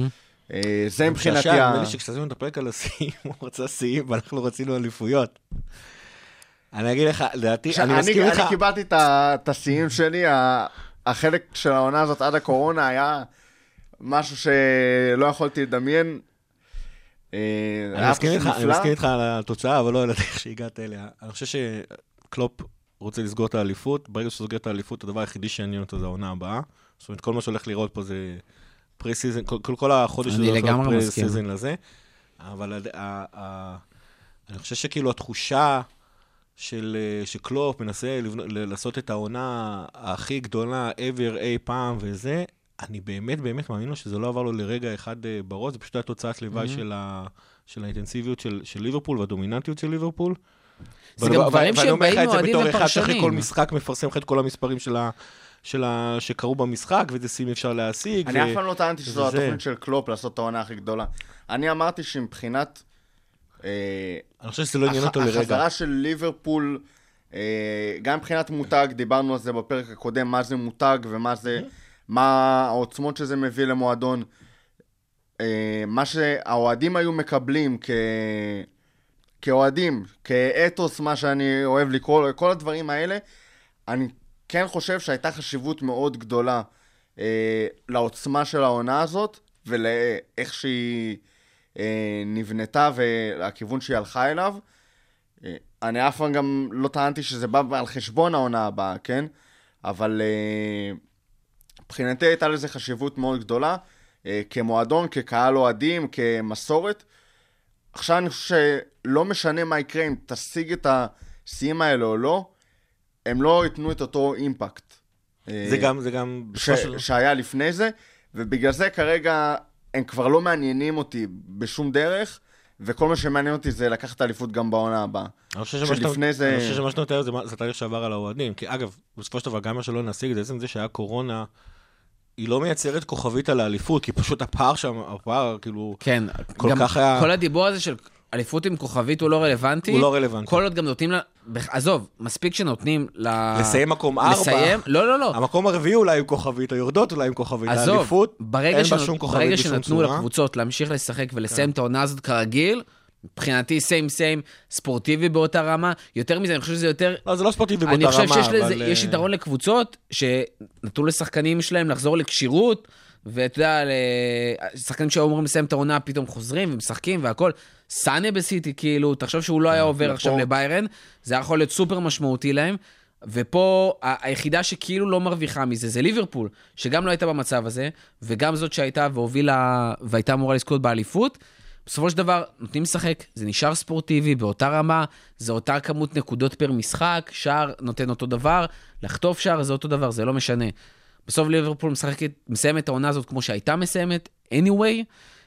זה מבחינתי... נדמה לי שכשעשינו את הפרק על השיאים, הוא רצה שיאים, ואנחנו רצינו אליפויות. אני אגיד לך, לדעתי, אני מסכים לך... אני קיבלתי את השיאים שלי, החלק של העונה הזאת עד הקורונה היה משהו שלא יכולתי לדמיין. אני מסכים איתך על התוצאה, אבל לא לדעתי איך שהגעת אליה. אני חושב שקלופ רוצה לסגור את האליפות, ברגע שסוגר את האליפות, הדבר היחידי שעניין אותו זה העונה הבאה. זאת אומרת, כל מה שהולך לראות פה זה פרי-סיזן, כל החודש אני לגמרי מסכים. פרי-סיזן לזה. אבל אני חושב שכאילו התחושה שקלופ מנסה לעשות את העונה הכי גדולה ever אי פעם וזה, אני באמת מאמין לו שזה לא עבר לו לרגע אחד בראש, זה פשוט התוצאת לוואי של האינטנסיביות של ליברפול והדומיננטיות של ליברפול. זה גם דברים שהם באים מועדים לפרשנים. אחרי כל משחק מפרסם את כל המספרים שקרו במשחק, וזה שים אפשר להשיג. אני אף פעם לא טענתי שזו התוכנית של קלופ לעשות את העונה הכי גדולה. אני אמרתי שמבחינת... אני חושב שזה לא עניין אותו לרגע. החזרה של ליברפול, גם מבחינת מותג, דיברנו על זה בפרק הקודם, מה זה מותג ומה זה... מה העוצמות שזה מביא למועדון, מה שהאוהדים היו מקבלים כאוהדים, כאתוס, מה שאני אוהב לקרוא, כל הדברים האלה, אני כן חושב שהייתה חשיבות מאוד גדולה לעוצמה של העונה הזאת, ולאיך שהיא נבנתה והכיוון שהיא הלכה אליו. אני אף פעם גם לא טענתי שזה בא על חשבון העונה הבאה, כן? אבל... מבחינתי הייתה לזה חשיבות מאוד גדולה, כמועדון, כקהל אוהדים, כמסורת. עכשיו אני חושב שלא משנה מה יקרה, אם תשיג את השיאים האלה או לא, הם לא ייתנו את אותו אימפקט. זה גם... שהיה לפני זה, ובגלל זה כרגע הם כבר לא מעניינים אותי בשום דרך, וכל מה שמעניין אותי זה לקחת את האליפות גם בעונה הבאה. אני חושב שמה שאתה נותן זה תהליך שעבר על האוהדים, כי אגב, בסופו של דבר גם מה שלא נשיג, זה זה שהיה קורונה, היא לא מייצרת כוכבית על האליפות, כי פשוט הפער שם, הפער כאילו... כן, כל כך היה... כל הדיבור הזה של אליפות עם כוכבית הוא לא רלוונטי. הוא לא רלוונטי. כל עוד גם נותנים לה... עזוב, מספיק שנותנים לסיים מקום 4. לסיים? לא. המקום הרביעי אולי עם כוכבית, היורדות אולי עם כוכבית. עזוב, אין בה שום כוכבית ברגע שנתנו לקבוצות להמשיך לשחק ולסיים את העונה הזאת כרגיל, מבחינתי סיים, ספורטיבי באותה רמה, יותר מזה, אני חושב שזה יותר... לא, זה לא ספורטיבי באותה אני רמה, חושב אבל... שיש יתרון לקבוצות, שנתנו לשחקנים שלהם לחזור לקשירות, ואתה יודע, שחקנים שאומרים לסיים את העונה, פתאום חוזרים ומשחקים והכל. סאנה בסיטי, כאילו, תחשוב שהוא לא היה עובר עכשיו לביירן, זה יכול להיות סופר משמעותי להם, ופה היחידה שכאילו לא מרוויחה מזה, זה ליברפול, שגם לא הייתה במצב הזה, וגם זאת שהייתה והובילה, והייתה אמורה לזכות באליפות. בסופו של דבר, נותנים לשחק, זה נשאר ספורטיבי באותה רמה, זה אותה כמות נקודות פר משחק, שער נותן אותו דבר, לחטוף שער זה אותו דבר, זה לא משנה. בסוף ליברפול מסיים את העונה הזאת כמו שהייתה מסיימת, anyway,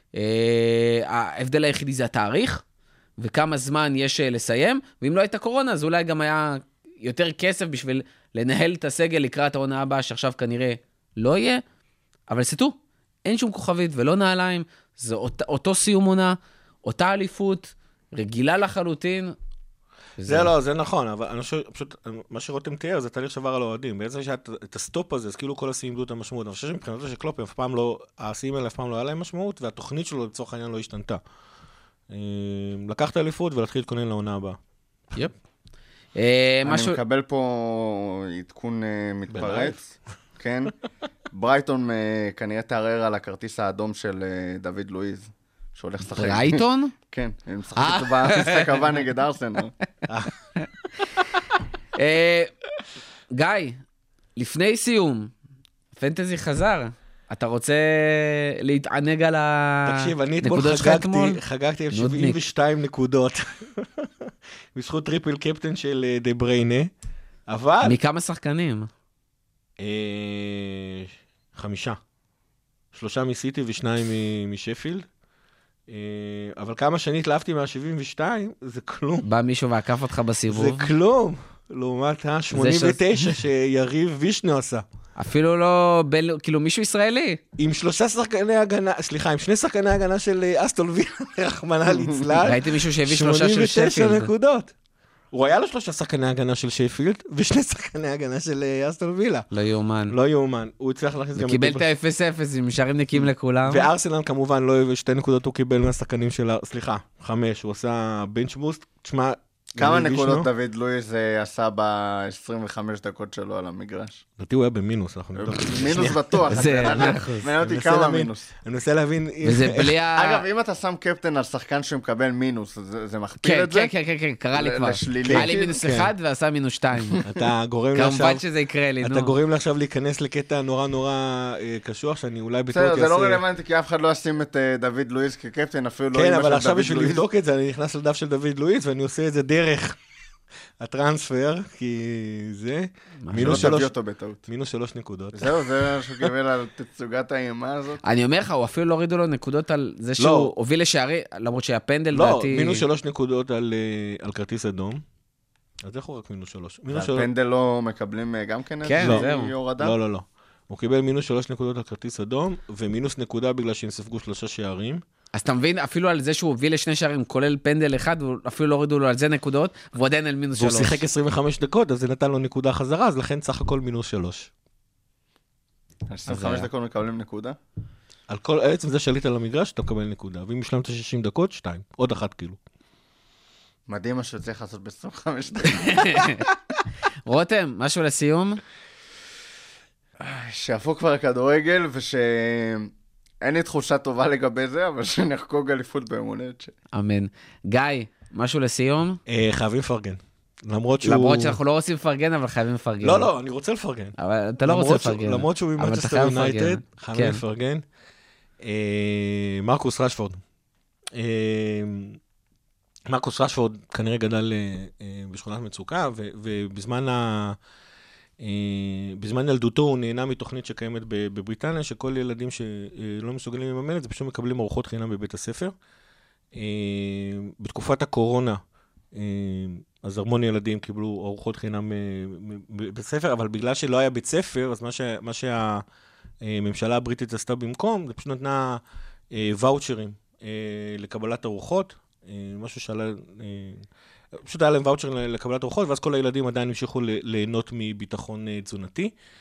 ההבדל היחידי זה התאריך, וכמה זמן יש לסיים, ואם לא הייתה קורונה, אז אולי גם היה יותר כסף בשביל לנהל את הסגל לקראת העונה הבאה, שעכשיו כנראה לא יהיה, אבל סתו, אין שום כוכבית ולא נעליים, זה אותו סיום עונה, אותה אליפות, רגילה לחלוטין. זה לא, זה נכון, אבל אני חושב, פשוט, מה שרותם תיאר, זה תהליך שבר על האוהדים. בעצם שאת הסטופ הזה, אז כאילו כל השיאים איבדו את המשמעות. אני חושב שמבחינתו של קלופ, השיאים האלה אף פעם לא היה להם משמעות, והתוכנית שלו לצורך העניין לא השתנתה. לקח את האליפות ולהתחיל להתכונן לעונה הבאה. יפ. אני מקבל פה עדכון מתפרץ. כן. ברייטון כנראה תערער על הכרטיס האדום של דוד לואיז, שהולך לשחק. ברייטון? כן, הם משחקים במשחק הבא נגד ארסנל. גיא, לפני סיום, פנטזי חזר. אתה רוצה להתענג על הנקודות שלך אתמול? חגגתי 72 נקודות. בזכות טריפל קפטן של דה בריינה. אבל... מכמה שחקנים? 5. 3 מסיטי ו2 משפילד. אבל כמה שאני התלהבתי מה-72, זה כלום. בא מישהו ועקף אותך בסיבוב? זה כלום. לעומת ה-89 שיריב וישנו עשה. אפילו לא, כאילו מישהו ישראלי. עם 3 שחקני הגנה, סליחה, עם 2 שחקני הגנה של אסטון וילה, רחמנא ליצלן. ראיתי מישהו שהביא 3 של שפילד. 89 נקודות. הוא היה לו 3 שחקני הגנה של שפילד, ו2 שחקני הגנה של אסטון וילה. לא יאומן. לא יאומן. הוא הצליח להכניס גם... וקיבל את ה-0-0 עם שערים נקיים לכולם. וארסנל כמובן לא הביא 2 נקודות, הוא קיבל מהשחקנים של... סליחה, 5. הוא עשה בנץ' בוסט. תשמע... כמה נקודות דוד לואיז עשה ב-25 דקות שלו על המגרש? לדעתי הוא היה במינוס, אנחנו נבדוק. מינוס בטוח. מעניין אותי כמה מינוס. אני מנסה להבין... אגב, אם אתה שם קפטן על שחקן שמקבל מינוס, זה מכפיל את זה? כן, קרה לי כבר. היה לי מינוס 1 ועשה מינוס 2. אתה גורם לי עכשיו... כמובן שזה יקרה לי, אתה גורם לי עכשיו להיכנס לקטע נורא קשוח, שאני אולי בטעות יעשה... זה לא רלוונטי, כי אף אחד לא ישים את דוד לואיז כקפטן, אפילו לא... כן, אבל עכשיו בשביל לבדוק את זה, אני נכנס לדף של דוד לואיז, ואני עושה את זה דרך הטרנספר, כי זה... מינוס 3 נקודות. זהו, זה שהוא קיבל על תצוגת האימה הזאת. אני אומר לך, הוא אפילו לא הורידו לו נקודות על זה שהוא הוביל לשערי, למרות שהפנדל דעתי... לא, מינוס 3 נקודות על כרטיס אדום. אז איך הוא רק מינוס 3? והפנדל לא מקבלים גם כן? כן, זהו. לא. הוא קיבל מינוס 3 נקודות על כרטיס אדום, ומינוס נקודה בגלל שהם ספגו 3 שערים. אז אתה מבין, אפילו על זה שהוא הוביל ל2 שערים, כולל פנדל אחד, אפילו לא הורידו לו על זה נקודות, והוא עדיין על מינוס 3. והוא שיחק 25 דקות, אז זה נתן לו נקודה חזרה, אז לכן סך הכל מינוס 3. 25 דקות מקבלים נקודה? על כל עצם זה שעלית על המגרש, אתה מקבל נקודה. ואם השלמת 60 דקות, 2. עוד 1 כאילו. מדהים מה שצריך לעשות ב-25 דקות. רותם, משהו לסיום? שיפו כבר הכדורגל, אין לי תחושה טובה לגבי זה, אבל שנחקוג אליפות ביום הולדת. אמן. גיא, משהו לסיום? חייבים לפרגן. למרות שאנחנו לא רוצים לפרגן, אבל חייבים לפרגן. לא, אני רוצה לפרגן. אבל אתה לא רוצה לפרגן. למרות שהוא ממנצ'סטר יונייטד, חייבים לפרגן. מרקוס רשפורד. מרקוס רשפורד כנראה גדל בשכונת מצוקה, ובזמן בזמן ילדותו הוא נהנה מתוכנית שקיימת בבריטניה, שכל ילדים שלא מסוגלים לממן את זה, פשוט מקבלים ארוחות חינם בבית הספר. בתקופת הקורונה, אז המון ילדים קיבלו ארוחות חינם בבית הספר, אבל בגלל שלא היה בית ספר, אז מה שהממשלה הבריטית עשתה במקום, זה פשוט נתנה ואוצ'רים לקבלת ארוחות, משהו שעלה... פשוט היה להם ואוצ'ר לקבלת ארוחות, ואז כל הילדים עדיין המשיכו ליהנות מביטחון תזונתי.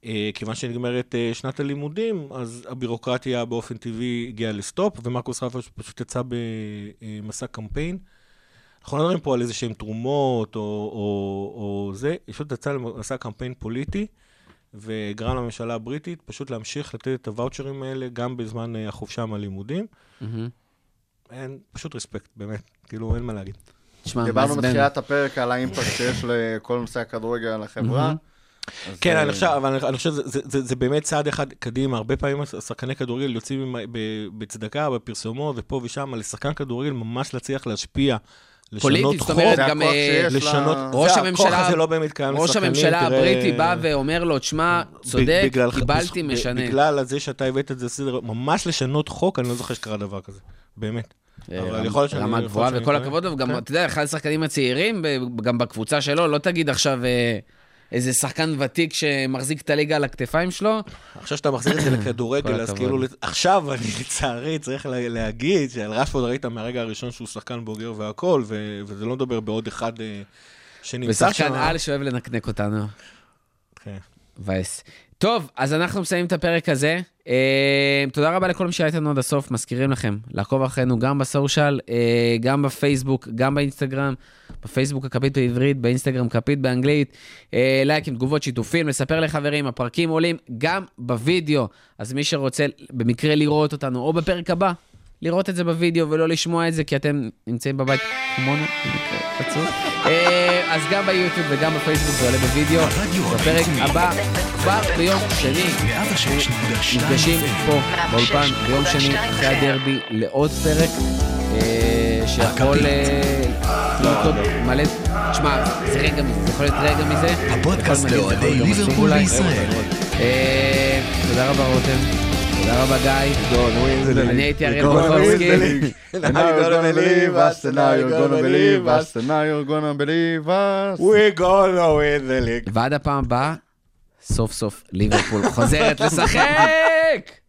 כיוון שנגמרת שנת הלימודים, אז הבירוקרטיה באופן טבעי הגיעה לסטופ, ומרקוס רפאל פשוט יצא במסע קמפיין. אנחנו לא מדברים פה על איזה שהם תרומות או זה, פשוט יצא למסע קמפיין פוליטי, וגרם לממשלה הבריטית פשוט להמשיך לתת את הוואוצ'רים האלה גם בזמן החופשה מהלימודים. אין, פשוט רספקט, באמת, כאילו אין מה להגיד. דיברנו בתחילת הפרק על האימפקט שיש לכל נושא הכדורגל על החברה. כן, אני חושב שזה באמת צעד אחד קדימה. הרבה פעמים שחקני כדורגל יוצאים בצדקה, בפרסומות ופה ושם, על שחקן כדורגל ממש להצליח להשפיע, לשנות חוק, לשנות, הכוח הזה לא באמת קיים לשחקנים. ראש הממשלה הבריטי בא ואומר לו, תשמע, צודק, קיבלתי, משנה. בגלל זה שאתה הבאת את זה סדר, ממש לשנות חוק, אני לא זוכר שקרה דבר כזה, באמת. רמה גבוהה וכל הכבוד, וגם, אתה יודע, אחד השחקנים הצעירים, גם בקבוצה שלו, לא תגיד עכשיו איזה שחקן ותיק שמחזיק את הליגה על הכתפיים שלו. עכשיו שאתה מחזיק את זה לכדורגל, אז כאילו, עכשיו אני לצערי צריך להגיד שעל רשפורד ראית מהרגע הראשון שהוא שחקן בוגר והכל, וזה לא מדבר בעוד אחד שנמצא שם. ושחקן על שאוהב לנקנק אותנו. וייס. טוב, אז אנחנו מסיימים את הפרק הזה. תודה רבה לכל מי שהיה איתנו עד הסוף. מזכירים לכם לעקוב אחרינו גם בסושיאל, גם בפייסבוק, גם באינסטגרם. בפייסבוק הכפית בעברית, באינסטגרם כפית באנגלית. לייקים, תגובות, שיתופים, לספר לחברים, הפרקים עולים גם בווידאו. אז מי שרוצה במקרה לראות אותנו, או בפרק הבא, לראות את זה בווידאו ולא לשמוע את זה, כי אתם נמצאים בבית כמונו, אז גם ביוטיוב וגם בפייסבוק זה עולה בווידאו. בפרק הבא, כבר ביום שני, נפגשים פה באולפן ביום שני אחרי הדרבי לעוד פרק שיכול להיות מלא, תשמע, זה רגע מזה, זה יכול להיות רגע מזה, הפודקאסט לאוהדי ליברפול בישראל. תודה רבה רותם, תודה רבה גיא, אני הייתי אריאל בוחרסקי. Now you're gonna believe us, and now you're gonna believe us, and now you're gonna believe us. We're gonna win the league. ועד הפעם הבאה, סוף סוף ליברפול חוזרת לשחק!